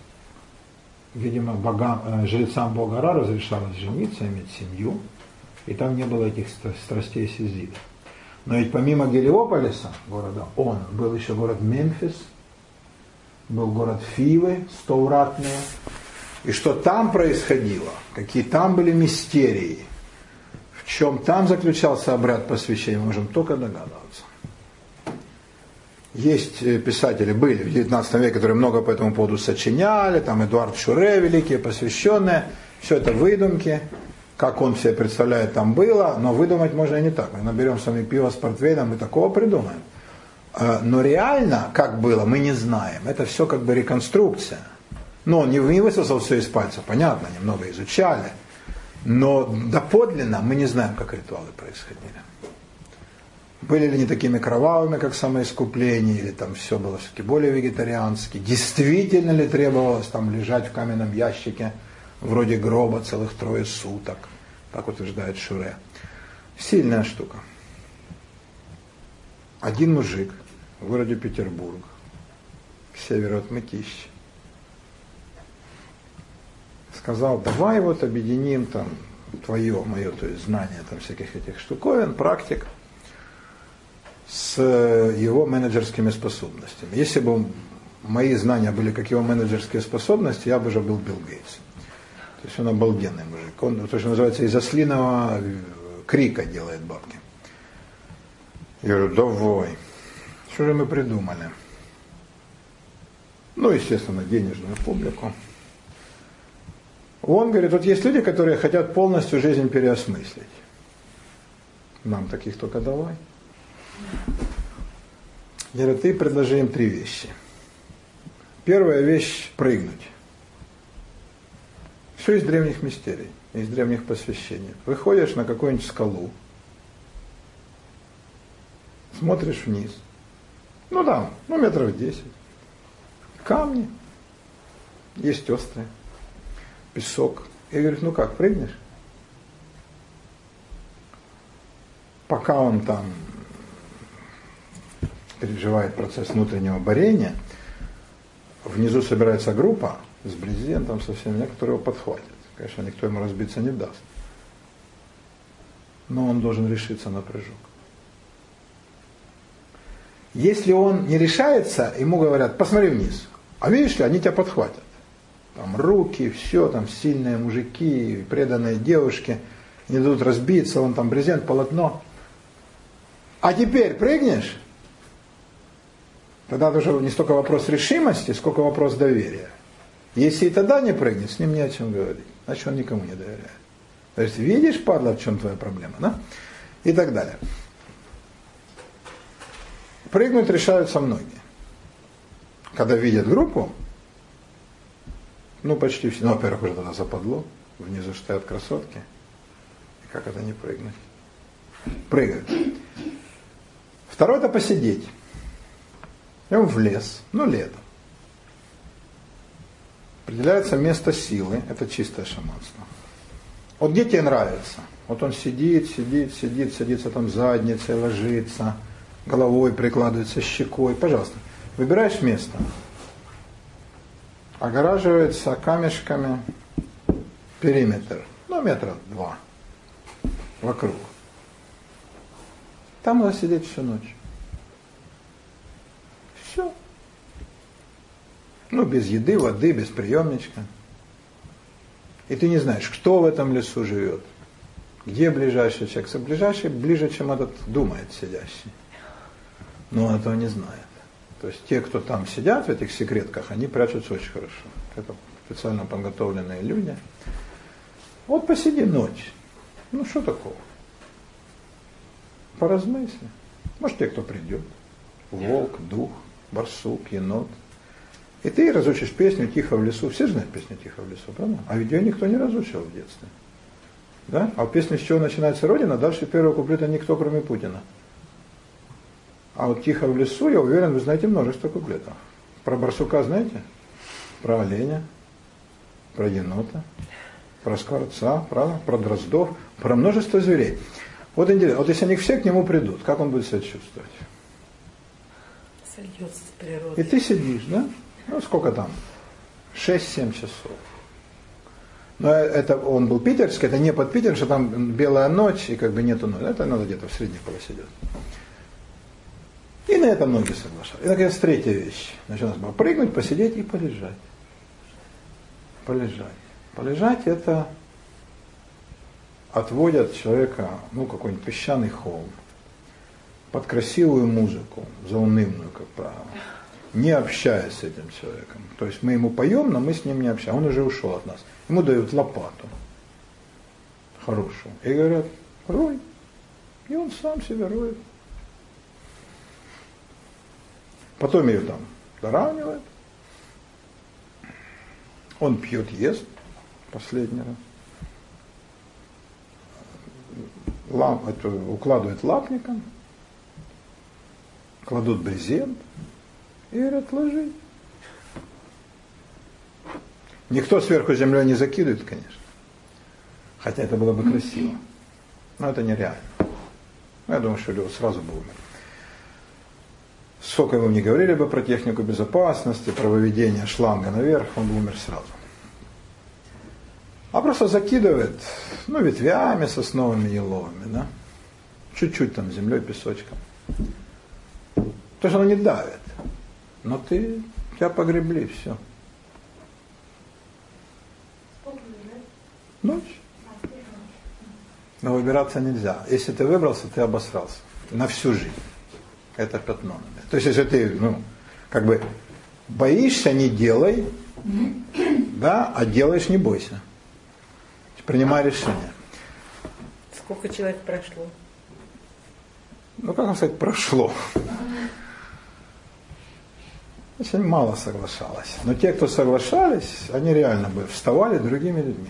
Видимо, богам, э, жрецам бога Ра разрешалось жениться, иметь семью. И там не было этих страстей Сизида. Но ведь помимо Гелиополиса, города Он, был еще город Мемфис, был город Фивы, стовратные. И что там происходило, какие там были мистерии, в чем там заключался обряд посвящения, мы можем только догадываться. Есть писатели, были в девятнадцатом веке, которые много по этому поводу сочиняли, там Эдуард Шуре, великие, посвященные, все это выдумки. Как он себе представляет, там было, но выдумать можно и не так. Мы наберем с вами пиво с портвейном, мы такого придумаем. Но реально, как было, мы не знаем. Это все как бы реконструкция. Ну, он не высосал все из пальца, понятно, немного изучали. Но доподлинно мы не знаем, как ритуалы происходили. Были ли они такими кровавыми, как самоискупление, или там все было все-таки более вегетариански. Действительно ли требовалось там лежать в каменном ящике, вроде гроба, целых трое суток, так утверждает Шуре. Сильная штука. Один мужик в городе Петербург, к северу от Мытищи, сказал: давай вот объединим там твое, мое, то есть знание там всяких этих штуковин, практик, с его менеджерскими способностями. Если бы мои знания были как его менеджерские способности, я бы уже был Билл Гейтс. То есть он обалденный мужик. Он, то, что называется, из ослиного крика делает бабки. Я говорю: давай. Что же мы придумали? Ну, естественно, денежную публику. Он говорит, вот есть люди, которые хотят полностью жизнь переосмыслить. Нам таких только давай. Я говорю, ты предложи им три вещи. Первая вещь – прыгнуть. Все из древних мистерий, из древних посвящений. Выходишь на какую-нибудь скалу, смотришь вниз. Ну да, ну метров десять. Камни. Есть острые. Песок. И говорит, ну как, прыгнешь? Пока он там переживает процесс внутреннего борения, внизу собирается группа с брезентом, со всеми, которые его подхватят. Конечно, никто ему разбиться не даст. Но он должен решиться на прыжок. Если он не решается, ему говорят, посмотри вниз. А видишь ли, они тебя подхватят. Там руки, все, там сильные мужики, преданные девушки, не дадут разбиться, вон там брезент, полотно. А теперь прыгнешь? Тогда уже не столько вопрос решимости, сколько вопрос доверия. Если и тогда не прыгнет, с ним не о чем говорить. Значит, он никому не доверяет. То есть, видишь, падла, в чем твоя проблема, да? И так далее. Прыгнуть решаются многие. Когда видят группу, ну, почти все, ну, во-первых, уже тогда западло, внизу стоят красотки. И как это не прыгнуть? Прыгают. Второе – это посидеть. Идем в лес, ну, летом. Определяется место силы, это чистое шаманство. Вот где тебе нравится? Вот он сидит, сидит, сидит, садится там задницей, ложится, головой прикладывается, щекой. Пожалуйста, выбираешь место. Огораживается камешками периметр, ну, метра два вокруг. Там надо сидеть всю ночь. Все. Ну, без еды, воды, без приемничка. И ты не знаешь, кто в этом лесу живет, где ближайший человек. Ближайший ближе, чем этот думает сидящий. Но он этого не знает. То есть те, кто там сидят в этих секретках, они прячутся очень хорошо. Это специально подготовленные люди. Вот посиди ночь. Ну, что такого? Поразмысли. Может, те, кто придет. Волк, дух, барсук, енот. И ты разучишь песню «Тихо в лесу». Все знают песню «Тихо в лесу», правда? А ведь ее никто не разучил в детстве. Да? А песня «С чего начинается Родина», дальше первого куплета никто, кроме Путина. А вот «Тихо в лесу», я уверен, вы знаете множество куплетов. Про барсука знаете? Про оленя, про енота, про скворца, правда? Про дроздов, про множество зверей. Вот интересно, вот если они все к нему придут, как он будет себя чувствовать? Сольется с природой. И ты сидишь, да? Ну, сколько там? шесть-семь часов. Но это он был питерский, это не под Питер, что там белая ночь и как бы нету ночи. Это надо где-то в средней полосе делать. И на это многие соглашались. И, наконец, третья вещь. Значит, у нас было прыгнуть, посидеть и полежать. Полежать. Полежать это отводят человека, ну, какой-нибудь песчаный холм, под красивую музыку, заунывную, как правило, не общаясь с этим человеком. То есть мы ему поем, но мы с ним не общаемся. Он уже ушел от нас. Ему дают лопату хорошую. И говорят, рой. И он сам себе роет. Потом ее там доравнивает. Он пьет, ест последний раз. Лап, это, укладывает лапником. Кладут брезент. И говорят, ложи. Никто сверху землей не закидывает, конечно. Хотя это было бы красиво. Но это нереально. Я думаю, что Лео сразу бы умер. Сколько ему не говорили бы про технику безопасности, про выведение шланга наверх, он бы умер сразу. А просто закидывает, ну, ветвями сосновыми, еловыми, да? Чуть-чуть там землей, песочком. То есть оно не давит. Но ты, тебя погребли, все. Ночь. Но выбираться нельзя. Если ты выбрался, ты обосрался. На всю жизнь. Это пятно. То есть, если ты, ну, как бы боишься, не делай, да, а делаешь, не бойся. принимай решение. Сколько человек прошло? Ну, как вам сказать, прошло. Очень мало соглашалось. Но те, кто соглашались, они реально бы вставали другими людьми.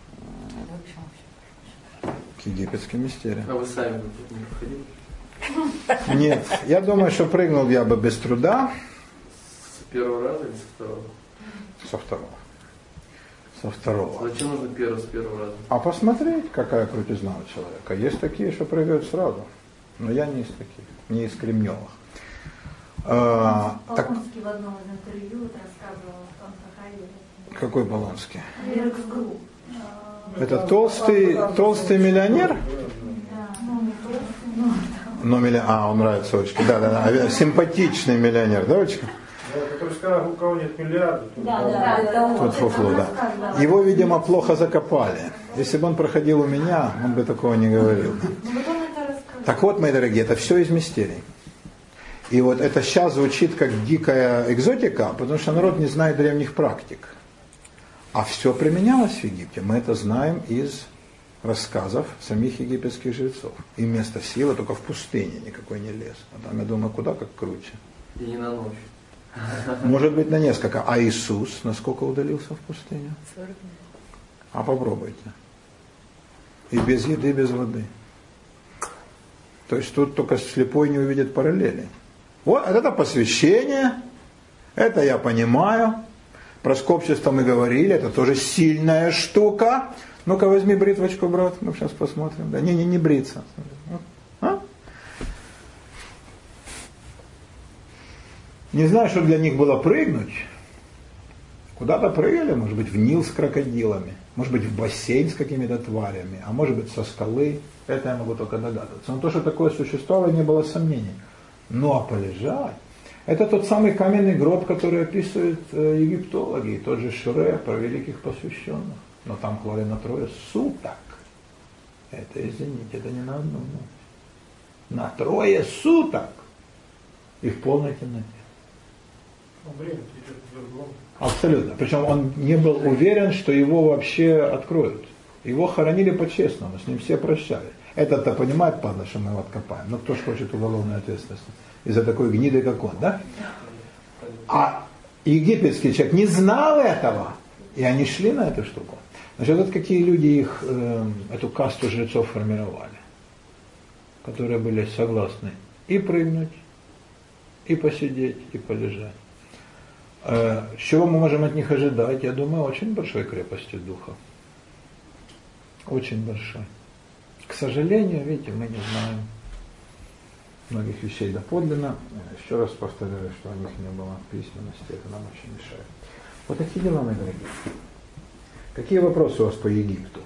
К египетским мистериям. А вы сами не проходили? Нет, я думаю, что прыгнул я бы без труда. С первого раза или со второго? Со второго. Со второго. Зачем нужно первый с первого раза? А посмотреть, какая крутизна у человека. Есть такие, что прыгают сразу. Но я не из таких, не из кремневых. А, так, Полонский в одном из интервью вот рассказывал о том, как какой Полонский? Рекс-групп. Это толстый, толстый миллионер? Да, ну не толстый, но... Ну, милли... А, он нравится очень. Да, да, да. Симпатичный миллионер, да, Очка? Да, который сказал, у кого нет миллиарда. Да, да, это он. Вот фуфлу, да. Его, видимо, плохо закопали. Если бы он проходил у меня, он бы такого не говорил. Ну вот он это рассказал. Так вот, мои дорогие, это все из мистерий. И вот это сейчас звучит как дикая экзотика, потому что народ не знает древних практик. А все применялось в Египте. Мы это знаем из рассказов самих египетских жрецов. И место силы только в пустыне, никакой не лес. А там, я думаю, куда как круче. И не на ночь. Может быть, на несколько. А Иисус насколько удалился в пустыню? А попробуйте. И без еды, без воды. То есть тут только слепой не увидит параллели. Вот это посвящение, это я понимаю. Про скопчество мы говорили, это тоже сильная штука. Ну-ка возьми бритвочку, брат, мы сейчас посмотрим. Да, не, не, не бриться. А? Не знаю, что для них было прыгнуть. Куда-то прыгали, может быть, в Нил с крокодилами, может быть, в бассейн с какими-то тварями, а может быть, со скалы. Это я могу только догадываться. Но то, что такое существовало, не было сомнений. Ну, а полежать? Это тот самый каменный гроб, который описывают э, египтологи, тот же Шуре про великих посвященных. Но там клали на трое суток. Это, извините, это не на одну ночь. На трое суток. И в полной темноте. Ну, время идет по-другому. Абсолютно. Причем он не был уверен, что его вообще откроют. Его хоронили по-честному, с ним все прощали. Этот-то понимает, падла, что мы его откопаем. Но кто ж хочет уголовную ответственность из-за такой гниды, как он, да? А египетский человек не знал этого, и они шли на эту штуку. Значит, вот какие люди их, э, эту касту жрецов формировали, которые были согласны и прыгнуть, и посидеть, и полежать. Э, чего мы можем от них ожидать? Я думаю, очень большой крепости духа. Очень большой. К сожалению, видите, мы не знаем многих вещей доподлинно. Еще раз повторяю, что о них не было письменности, это нам очень мешает. Вот такие дела, мои дорогие. Какие вопросы у вас по Египту?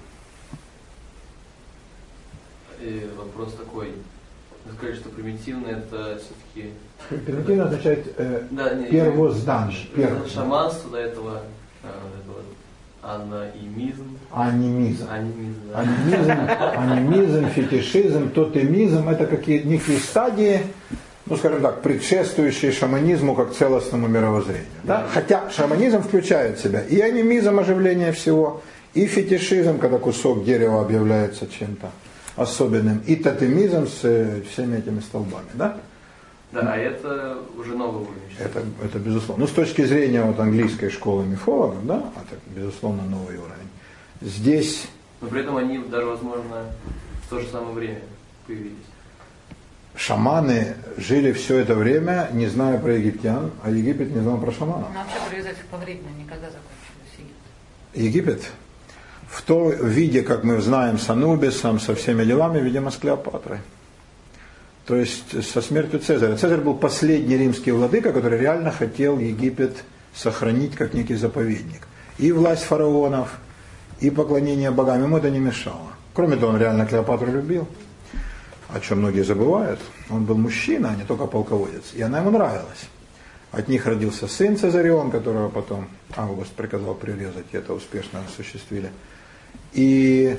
И вопрос такой. Вы сказали, что примитивно это все-таки... Примитивно означает э, да, не, первозданный. Первый. Шаманство до этого, этого анаимизм. Анимизм. Анимизм, да. Анимизм, анимизм, фетишизм, тотемизм – это какие-то некие стадии, ну, скажем так, предшествующие шаманизму как целостному мировоззрению. Да? Хотя шаманизм включает в себя и анимизм, оживление всего, и фетишизм, когда кусок дерева объявляется чем-то особенным, и тотемизм с всеми этими столбами. Да? Да, а это уже новый уровень. Это, это безусловно. Ну, с точки зрения вот английской школы мифологов, да, это, безусловно, новый уровень. Здесь... Но при этом они даже, возможно, в то же самое время появились. Шаманы жили все это время, не зная про египтян, а Египет не знал про шаманов. Но вообще привязать их по времени никогда закончились Египет. Египет в том виде, как мы знаем с Анубисом, со всеми делами, видимо, с Клеопатрой. То есть со смертью Цезаря. Цезарь был последний римский владыка, который реально хотел Египет сохранить как некий заповедник. И власть фараонов, и поклонение богам ему это не мешало. Кроме того, он реально Клеопатру любил, о чем многие забывают. Он был мужчина, а не только полководец. И она ему нравилась. От них родился сын Цезарион, которого потом Август приказал прирезать, и это успешно осуществили. И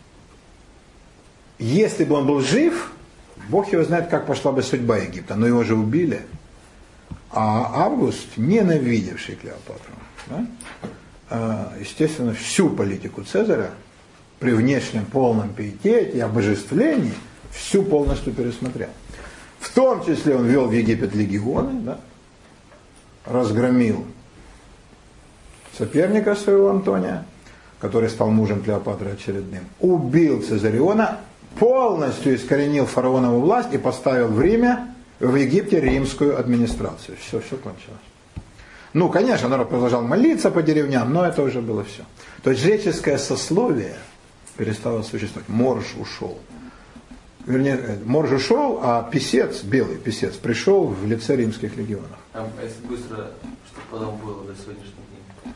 если бы он был жив, Бог его знает, как пошла бы судьба Египта, но его же убили. А Август, ненавидевший Клеопатру, да, естественно, всю политику Цезаря при внешнем полном пиетете и обожествлении всю полностью пересмотрел. В том числе он ввел в Египет легионы, да, разгромил соперника своего Антония, который стал мужем Клеопатры очередным, убил Цезариона, полностью искоренил фараонову власть и поставил в Риме, в Египте римскую администрацию. Все, все кончилось. Ну, конечно, народ продолжал молиться по деревням, но это уже было все. То есть жреческое сословие перестало существовать. Морж ушел. Вернее, Морж ушел, а писец, белый писец, пришел в лице римских легионов. А если быстро, что потом было до сегодняшних дней?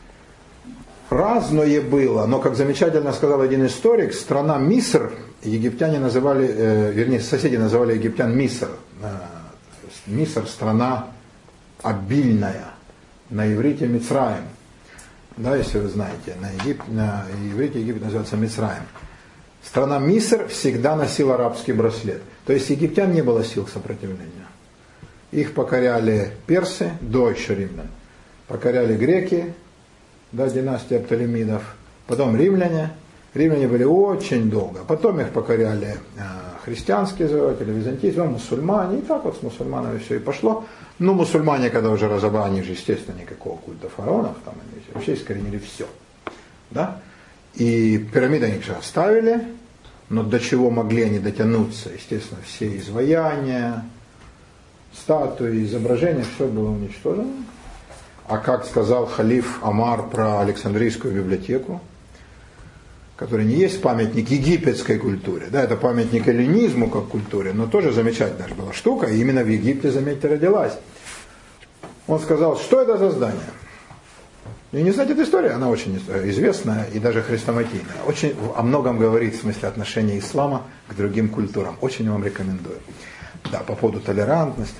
Разное было, но, как замечательно сказал один историк, страна Миср, египтяне называли, э, вернее, соседи называли египтян Миср. Э, Миср – страна обильная. На иврите Мицраим. Да, если вы знаете, на, Егип... на иврите Египет называется Мицраим. Страна Миср всегда носила арабский браслет. То есть египтян не было сил сопротивления. Их покоряли персы, до еще римлян. Покоряли греки, да, династия Птолемидов. Потом римляне. Римляне были очень долго. Потом их покоряли э, христианские завоеватели, византийцы, мусульмане. И так вот с мусульманами все и пошло. Ну, мусульмане, когда уже разобрали, они же, естественно, никакого культа фараонов, там они вообще искоренили все. Да? И пирамиды они же оставили, но до чего могли они дотянуться? Естественно, все изваяния, статуи, изображения, все было уничтожено. А как сказал халиф Омар про Александрийскую библиотеку, который не есть памятник египетской культуре, да, это памятник эллинизму как культуре, но тоже замечательная же была штука, и именно в Египте, заметьте, родилась. Он сказал, что это за здание? И не знаете эту историю, она очень известная и даже хрестоматийная. Очень о многом говорит в смысле отношения ислама к другим культурам. Очень вам рекомендую. Да, по поводу толерантности.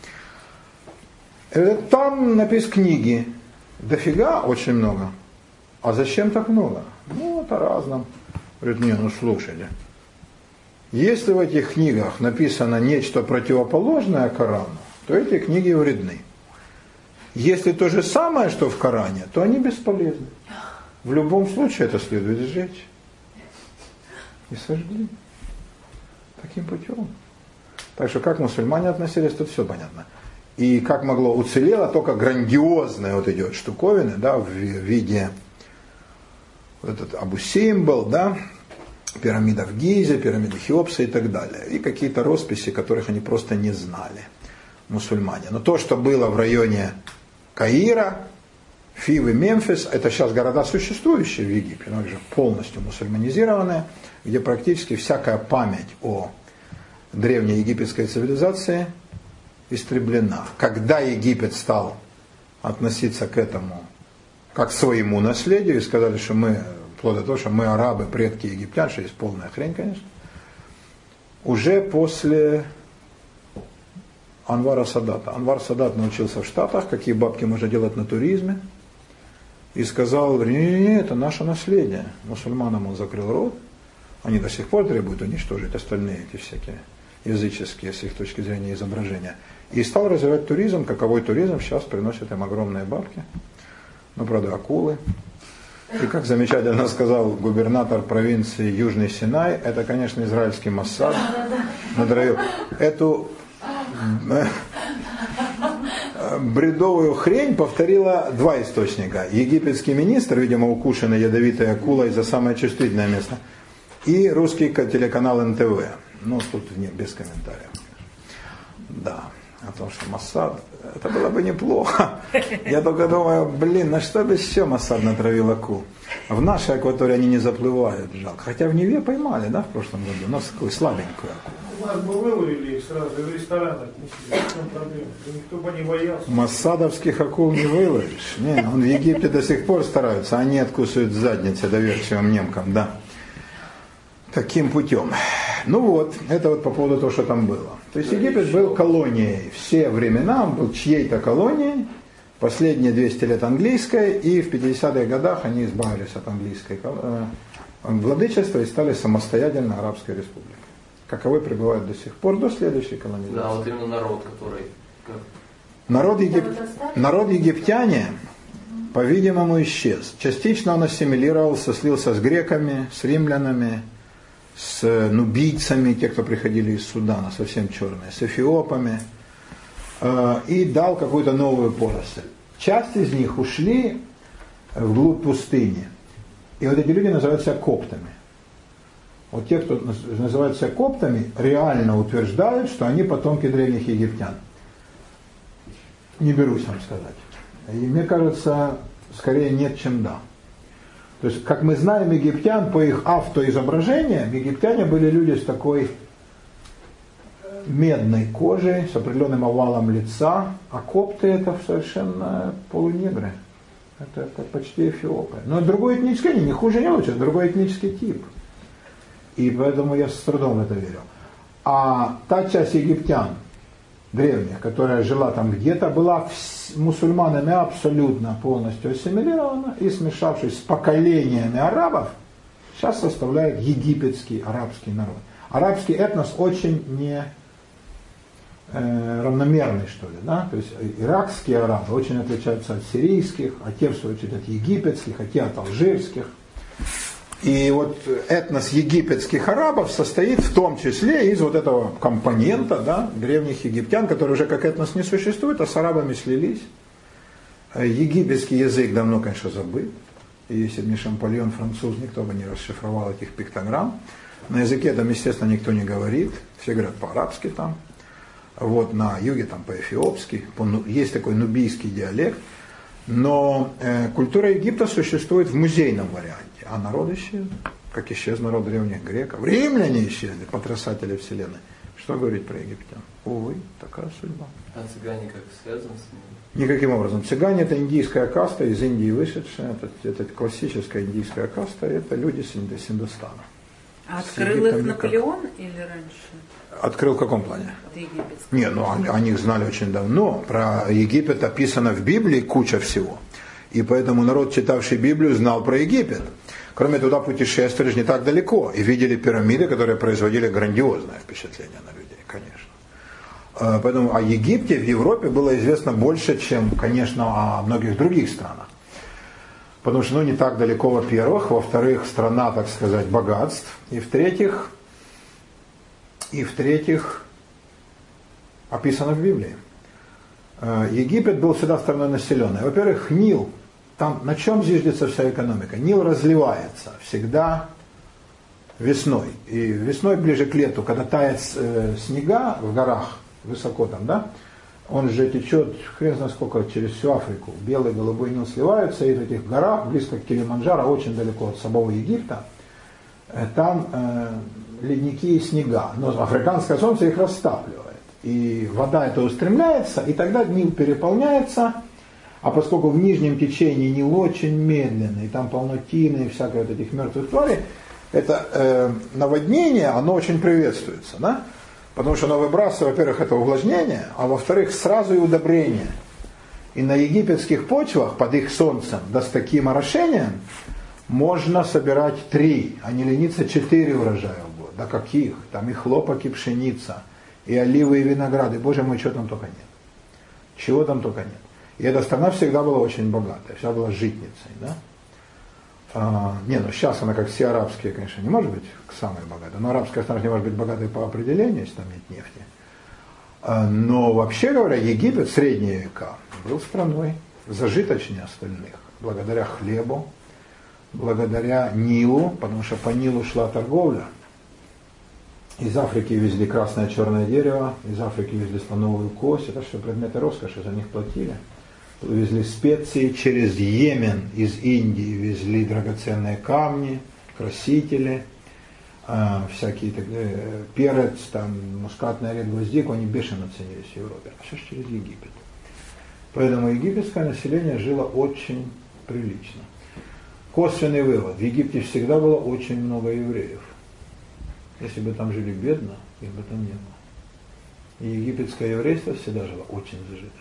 Да? Там написаны книги. Дофига очень много. А зачем так много? Ну, это разном. Говорит, не, ну слушайте. Если в этих книгах написано нечто противоположное Корану, то эти книги вредны. Если то же самое, что в Коране, то они бесполезны. В любом случае это следует сжечь. И сожгли. Таким путем. Так что как мусульмане относились, тут все понятно. И как могло, уцелело только грандиозные вот эти вот штуковины, да, в виде вот этот Абу-Симбл, да, пирамида в Гизе, пирамида Хеопса и так далее. И какие-то росписи, которых они просто не знали, мусульмане. Но то, что было в районе Каира, Фив и Мемфис, это сейчас города, существующие в Египте, но уже полностью мусульманизированные, где практически всякая память о древней египетской цивилизации истреблена. Когда Египет стал относиться к этому как к своему наследию, и сказали, что мы, вплоть до того, что мы арабы, предки египтян, что есть полная хрень, конечно, уже после Анвара Садата. Анвар Садат научился в Штатах, какие бабки можно делать на туризме, и сказал, не-не-не, это наше наследие. Мусульманам он закрыл рот, они до сих пор требуют уничтожить остальные эти всякие языческие, с их точки зрения, изображения. И стал развивать туризм, каковой туризм сейчас приносит им огромные бабки. Ну, правда, акулы. И как замечательно сказал губернатор провинции Южный Синай, это, конечно, израильский Моссад надравил эту бредовую хрень повторила два источника. Египетский министр, видимо, укушенный ядовитой акулой за самое чувствительное место, и русский телеканал эн тэ вэ. Ну, тут нет, без комментариев. Да, о том, что Моссад, это было бы неплохо. Я только думаю, блин, на что бы еще Моссад натравил акул? В нашей акватории они не заплывают, жалко. Хотя в Неве поймали, да, в прошлом году, но такую слабенькую акулу. У нас бы выловили их сразу в ресторан отнесли. В чем проблема? Никто бы не боялся. Моссадовских акул не выловишь. Не, он в Египте до сих пор стараются, они откусывают задницы доверчивым немкам, да. Таким путем. Ну вот, это вот по поводу того, что там было. То есть Египет был колонией. Все времена он был чьей-то колонией. Последние двести лет английской, и в пятидесятых годах они избавились от английской владычества и стали самостоятельной арабской республикой. Каковой пребывают до сих пор, до следующей колонизации. Да, вот именно народ, который... Как... Народ, егип... народ египтяне по-видимому, исчез. Частично он ассимилировался, слился с греками, с римлянами, с нубийцами, те, кто приходили из Судана, совсем черные, с эфиопами, и дал какую-то новую поросль. Часть из них ушли вглубь пустыни. И вот эти люди называют себя коптами. Вот те, кто называют себя коптами, реально утверждают, что они потомки древних египтян. Не берусь вам сказать. И мне кажется, скорее нет, чем да. То есть, как мы знаем египтян по их автоизображениям, египтяне были люди с такой медной кожей, с определенным овалом лица, а копты это совершенно полунегры. Это как почти эфиопы. Но другой этнический, они не хуже, не лучше, другой этнический тип. И поэтому я с трудом в это верю. А та часть египтян, древних, которая жила там где-то, была мусульманами абсолютно полностью ассимилирована и, смешавшись с поколениями арабов, сейчас составляет египетский арабский народ. Арабский этнос очень не э, равномерный, что ли, да? То есть иракские арабы очень отличаются от сирийских, а те, в свою очередь, от египетских, а те от алжирских. И вот этнос египетских арабов состоит в том числе из вот этого компонента, да, древних египтян, которые уже как этнос не существует, а с арабами слились. Египетский язык давно, конечно, забыт. И если бы не Шампольон, француз, никто бы не расшифровал этих пиктограмм. На языке там, естественно, никто не говорит. Все говорят по-арабски там. Вот на юге там по-эфиопски. Есть такой нубийский диалект. Но э, культура Египта существует в музейном варианте. А народ исчез, как исчез народ древних греков. Римляне исчезли, потрясатели вселенной. Что говорить про египтян? Увы, такая судьба. А цыгане как связаны с ними? Никаким образом. Цыгане это индийская каста, из Индии вышедшая. Это, это классическая индийская каста, это люди с Индостана. А открыл их Наполеон никак. Или раньше? Открыл в каком плане? Египетский. Не, ну они, они их знали очень давно. Про Египет описано в Библии куча всего. И поэтому народ, читавший Библию, знал про Египет. Кроме туда путешествовали же не так далеко. И видели пирамиды, которые производили грандиозное впечатление на людей, конечно. Поэтому о Египте в Европе было известно больше, чем, конечно, о многих других странах. Потому что, ну, не так далеко, во-первых. Во-вторых, страна, так сказать, богатств. И в-третьих, и в-третьих, описано в Библии. Египет был всегда страной населенной. Во-первых, Нил. Там на чем зиждется вся экономика? Нил разливается всегда весной. И весной ближе к лету, когда тает э, снега в горах, высоко там, да, он же течет, хрен знает сколько, через всю Африку. Белый, голубой Нил сливаются, и в этих горах, близко к Килиманджаро, очень далеко от самого Египта, э, там э, ледники и снега. Но африканское солнце их растапливает. И вода эта устремляется, и тогда Нил переполняется. А поскольку в нижнем течении Нил очень медленный, и там полно тины и всякой вот этих мертвых тварей, это э, наводнение, оно очень приветствуется, да? Потому что оно выбрасывает, во-первых, это увлажнение, а во-вторых, сразу и удобрение. И на египетских почвах, под их солнцем, да с таким орошением, можно собирать три, а не лениться четыре урожая в год. Да каких? Там и хлопок, и пшеница, и оливы, и винограды. Боже мой, чего там только нет. Чего там только нет. И эта страна всегда была очень богатая, всегда была житницей, да? А, не, ну сейчас она, как все арабские, конечно, не может быть самой богатой, но арабская страна не может быть богатой по определению, если там нет нефти. А, но вообще говоря, Египет в средние века был страной зажиточнее остальных, благодаря хлебу, благодаря Нилу, потому что по Нилу шла торговля. Из Африки везли красное черное дерево, из Африки везли слоновую кость, это все предметы роскоши, за них платили. Везли специи, через Йемен из Индии везли драгоценные камни, красители, э, всякие э, перец, там, мускатный орех, гвоздику, они бешено ценились в Европе. А сейчас через Египет. Поэтому египетское население жило очень прилично. Косвенный вывод. В Египте всегда было очень много евреев. Если бы там жили бедно, их бы там не было. И египетское еврейство всегда жило очень зажиточно.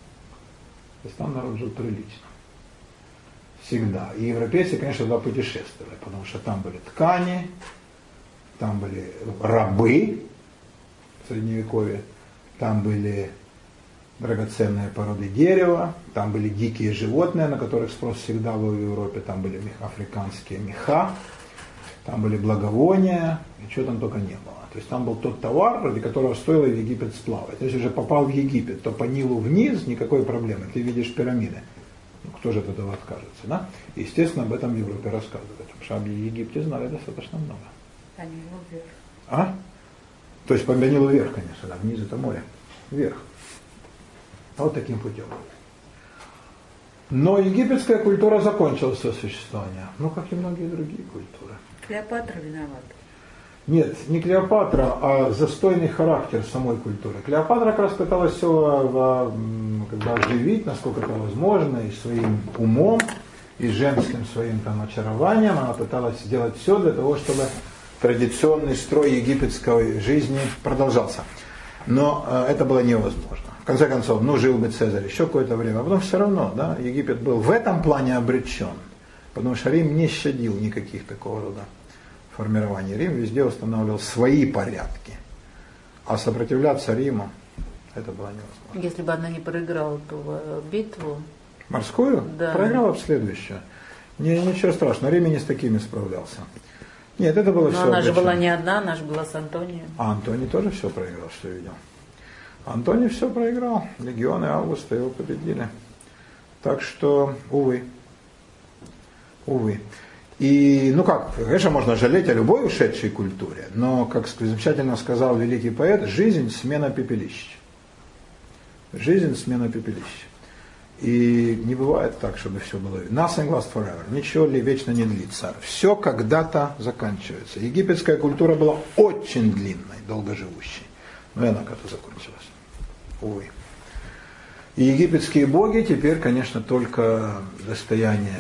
То есть там народ жил прилично. Всегда. И европейцы, конечно, туда путешествовали, потому что там были ткани, там были рабы в Средневековье, там были драгоценные породы дерева, там были дикие животные, на которых спрос всегда был в Европе, там были африканские меха, там были благовония, и чего там только не было. То есть там был тот товар, ради которого стоило в Египет сплавать. Если же попал в Египет, то по Нилу вниз никакой проблемы, ты видишь пирамиды. Ну, кто же от этого откажется, да? И, естественно, об этом в Европе рассказывают, потому что об Египте знали достаточно много. По Нилу вверх. А? То есть по Нилу вверх, конечно, да, вниз это море, вверх. Вот таким путем. Но египетская культура закончила свое существование, ну, как и многие другие культуры. Клеопатра виновата. Нет, не Клеопатра, а застойный характер самой культуры. Клеопатра как раз пыталась все как бы оживить, насколько это возможно, и своим умом, и женским своим там очарованием. Она пыталась сделать все для того, чтобы традиционный строй египетской жизни продолжался. Но э, это было невозможно. В конце концов, ну, жил бы Цезарь еще какое-то время, а потом все равно, да, Египет был в этом плане обречен, потому что Рим не щадил никаких такого рода формирований. Рим везде устанавливал свои порядки, а сопротивляться Риму это было невозможно. Если бы она не проиграла ту битву. Морскую? Да. Проиграла в следующую. Не, ничего страшного, Рим не с такими справлялся. Нет, это было Но все. она обречено. же была не одна, она же была с Антонием. А Антоний тоже все проиграл, что я видел. Антоний все проиграл. Легионы Августа его победили. Так что, увы. Увы. И, ну как, конечно, можно жалеть о любой ушедшей культуре, но, как замечательно сказал великий поэт, жизнь – смена пепелищ. Жизнь – смена пепелищ. И не бывает так, чтобы все было. Nothing lasts forever. Ничего ли вечно не длится. Все когда-то заканчивается. Египетская культура была очень длинной, долгоживущей. Но и она как-то закончилась. Увы. И египетские боги теперь, конечно, только достояние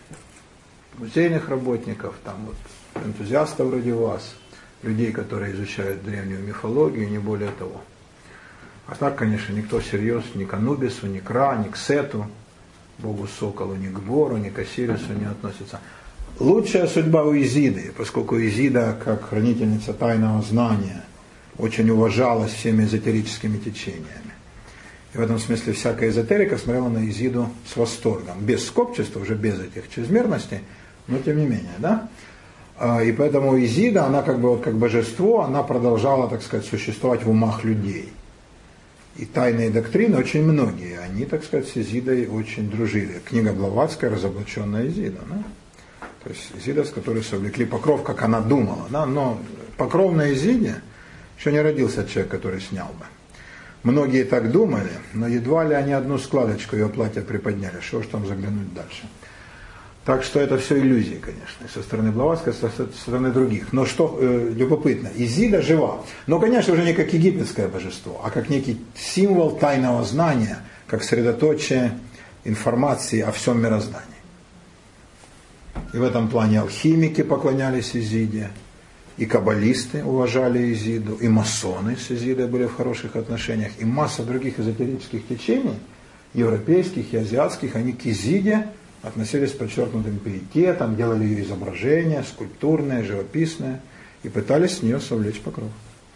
музейных работников, там вот энтузиастов вроде вас, людей, которые изучают древнюю мифологию, не более того. А так, конечно, никто всерьез ни к Анубису, ни к Ра, ни к Сету, богу Соколу, ни к Бору, ни к Осирису не относится. Лучшая судьба у Изиды, поскольку Изида, как хранительница тайного знания, очень уважалась всеми эзотерическими течениями. И в этом смысле всякая эзотерика смотрела на Изиду с восторгом. Без скопчества, уже без этих чрезмерностей, но тем не менее, да? И поэтому Изида, она как бы вот как божество, она продолжала, так сказать, существовать в умах людей. И тайные доктрины очень многие, они, так сказать, с Изидой очень дружили. Книга Блаватская, разоблаченная Изида, да? То есть Изида, с которой совлекли покров, как она думала, да? Но покров на Изиде еще не родился человек, который снял бы. Многие так думали, но едва ли они одну складочку ее платья приподняли, что ж там заглянуть дальше. Так что это все иллюзии, конечно, со стороны Блаватской, со стороны других. Но что э, любопытно, Изида жива, но, конечно, уже не как египетское божество, а как некий символ тайного знания, как средоточие информации о всем мироздании. И в этом плане алхимики поклонялись Изиде, и каббалисты уважали Изиду, и масоны с Изидой были в хороших отношениях, и масса других эзотерических течений, европейских и азиатских, они к Изиде относились с подчеркнутым пиететом, делали ее изображения, скульптурные, живописные, и пытались с нее совлечь покров.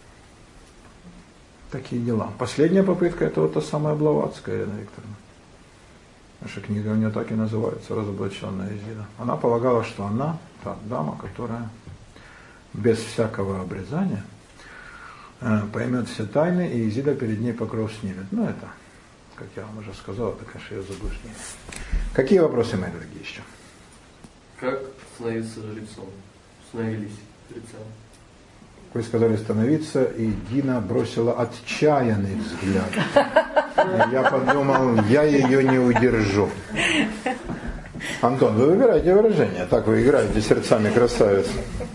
Такие дела. Последняя попытка — это вот та самая Блаватская, Елена Викторовна. Наша книга у нее так и называется «Разоблаченная Изида». Она полагала, что она та дама, которая без всякого обрезания поймет все тайны, и Изида перед ней покров снимет. Ну, это, как я вам уже сказал, это, конечно, ее заблуждение. Какие вопросы, мои дорогие, еще? Как становиться жрецом? Становились жрецами. Вы сказали становиться, и Дина бросила отчаянный взгляд. Я подумал, я ее не удержу. Антон, вы выбираете выражение. Так вы играете сердцами красавиц.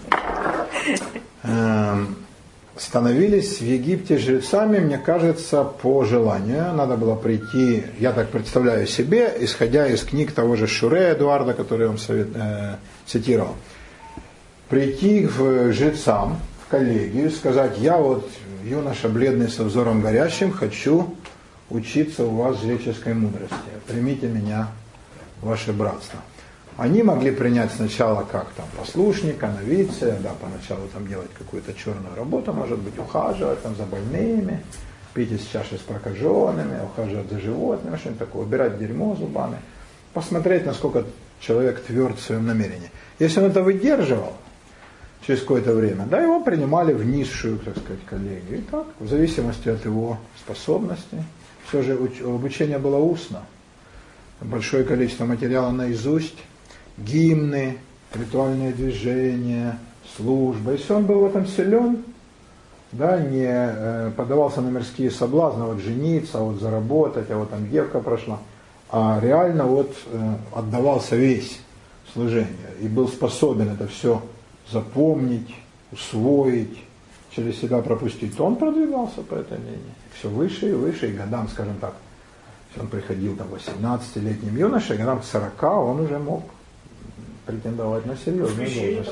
Становились в Египте жрецами, мне кажется, по желанию. Надо было прийти, я так представляю себе, исходя из книг того же Шуре Эдуарда, который я вам совет, э, цитировал. Прийти к жрецам, в коллегию, сказать: я вот юноша бледный со взором горящим, хочу учиться у вас жреческой мудрости. Примите меня в ваше братство. Они могли принять сначала как там послушника, новиция, да, поначалу там делать какую-то черную работу, может быть, ухаживать там за больными, пить из чаши с прокаженными, ухаживать за животными, что-нибудь такое, убирать дерьмо зубами, посмотреть, насколько человек тверд в своем намерении. Если он это выдерживал через какое-то время, да, его принимали в низшую, так сказать, коллегию. И так, в зависимости от его способностей. Все же обучение было устно. Большое количество материала наизусть, гимны, ритуальные движения, служба. Если он был в этом силен, да, не э, поддавался на мирские соблазны, вот жениться, вот заработать, а вот там девка прошла, а реально вот э, отдавался весь служению и был способен это все запомнить, усвоить, через себя пропустить, то он продвигался по этой линии. Все выше и выше, и годам, скажем так, если он приходил там восемнадцатилетним юношей, годам к сорока он уже мог претендовать на серьезную должность.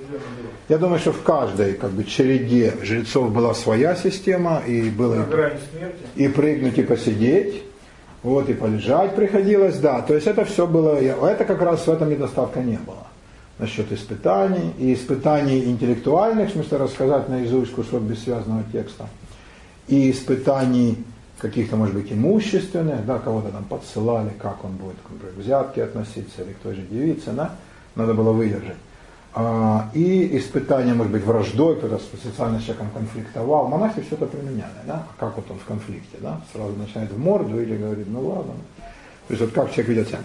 Я думаю, что в каждой как бы череде жрецов была своя система, и было и, и прыгнуть, и посидеть, вот, и полежать приходилось, да. То есть это все было, это как раз в этом недостатка не было. Насчет испытаний, и испытаний интеллектуальных, в смысле рассказать наизусть кусок бессвязного текста, и испытаний каких-то, может быть, имущественных, да, кого-то там подсылали, как он будет к взятке относиться, или к той же девице, да, надо было выдержать. А, и испытания, может быть, враждой, кто-то специально с человеком конфликтовал. Монахи все это применяли, да, как вот он в конфликте, да, сразу начинает в морду или говорит, ну ладно. То есть вот как человек ведет себя.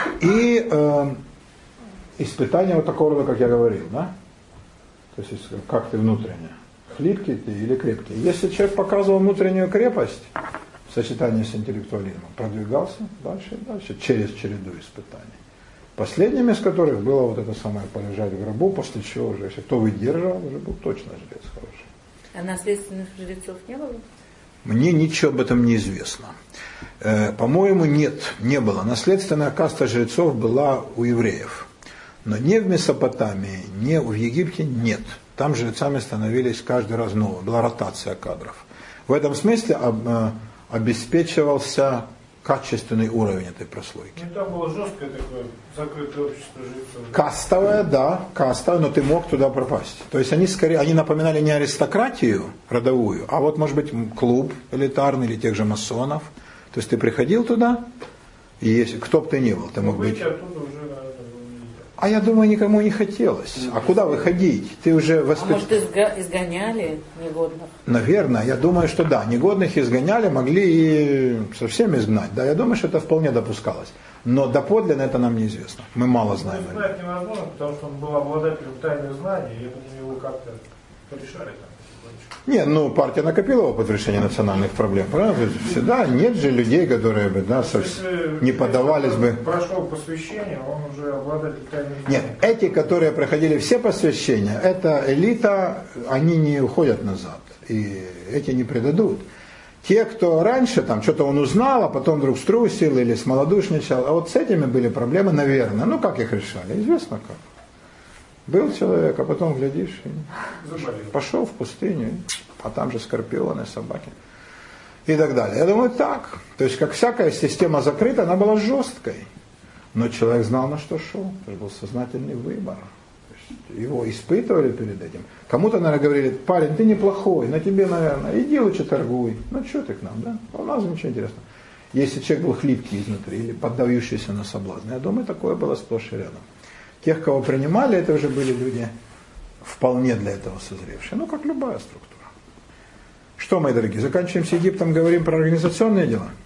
И э, испытания вот такого рода, как я говорил, да, то есть как ты внутренне, хлипкий ты или крепкий. Если человек показывал внутреннюю крепость в сочетании с интеллектуализмом, продвигался дальше и дальше через череду испытаний. Последним из которых было вот это самое полежать в гробу, после чего уже, если кто выдержал, уже был точно жрец хороший. А наследственных жрецов не было? Мне ничего об этом не известно. Э, по-моему, нет, не было. Наследственная каста жрецов была у евреев. Но ни в Месопотамии, ни в Египте нет. Там жрецами становились каждый раз новые. Была ротация кадров. В этом смысле об, э, обеспечивался качественный уровень этой прослойки. Ну, там было жесткое такое закрытое общество жрецов. Кастовое, да, кастовое, но ты мог туда пропасть. То есть они скорее, они напоминали не аристократию родовую, а вот, может быть, клуб элитарный или тех же масонов. То есть ты приходил туда, и если, кто бы ты ни был, ты мог быть... А я думаю, никому не хотелось. А куда выходить? Ты уже воспит... А может, изга... изгоняли негодных? Наверное, я думаю, что да. Негодных изгоняли, могли и совсем изгнать. Да, я думаю, что это вполне допускалось. Но доподлинно это нам неизвестно. Мы мало знаем. Ну, знать невозможно, потому что он был обладателем тайных знаний, и это его как-то порешали там. Нет, ну партия накопила опыт в решении национальных проблем. Правда? Всегда нет же людей, которые бы, да, совсем не поддавались бы. Прошел посвящение, он уже обладатель тайных знаний. Нет, эти, которые проходили все посвящения, это элита, они не уходят назад. И эти не предадут. Те, кто раньше, там, что-то он узнал, а потом вдруг струсил или смолодушничал, а вот с этими были проблемы, наверное. Ну, как их решали? Известно как. Был человек, а потом, глядишь, и пошел в пустыню, а там же скорпионы, собаки и так далее. Я думаю, так. То есть, как всякая система закрыта, она была жесткой. Но человек знал, на что шел. Это был сознательный выбор. То есть, его испытывали перед этим. Кому-то, наверное, говорили, парень, ты неплохой, на тебе, наверное, иди лучше торгуй. Ну, что ты к нам, да? У нас ничего интересного. Если человек был хлипкий изнутри или поддающийся на соблазн. Я думаю, такое было сплошь и рядом. Тех, кого принимали, это уже были люди вполне для этого созревшие. Ну, как любая структура. Что, мои дорогие, заканчиваем с Египтом, говорим про организационные дела?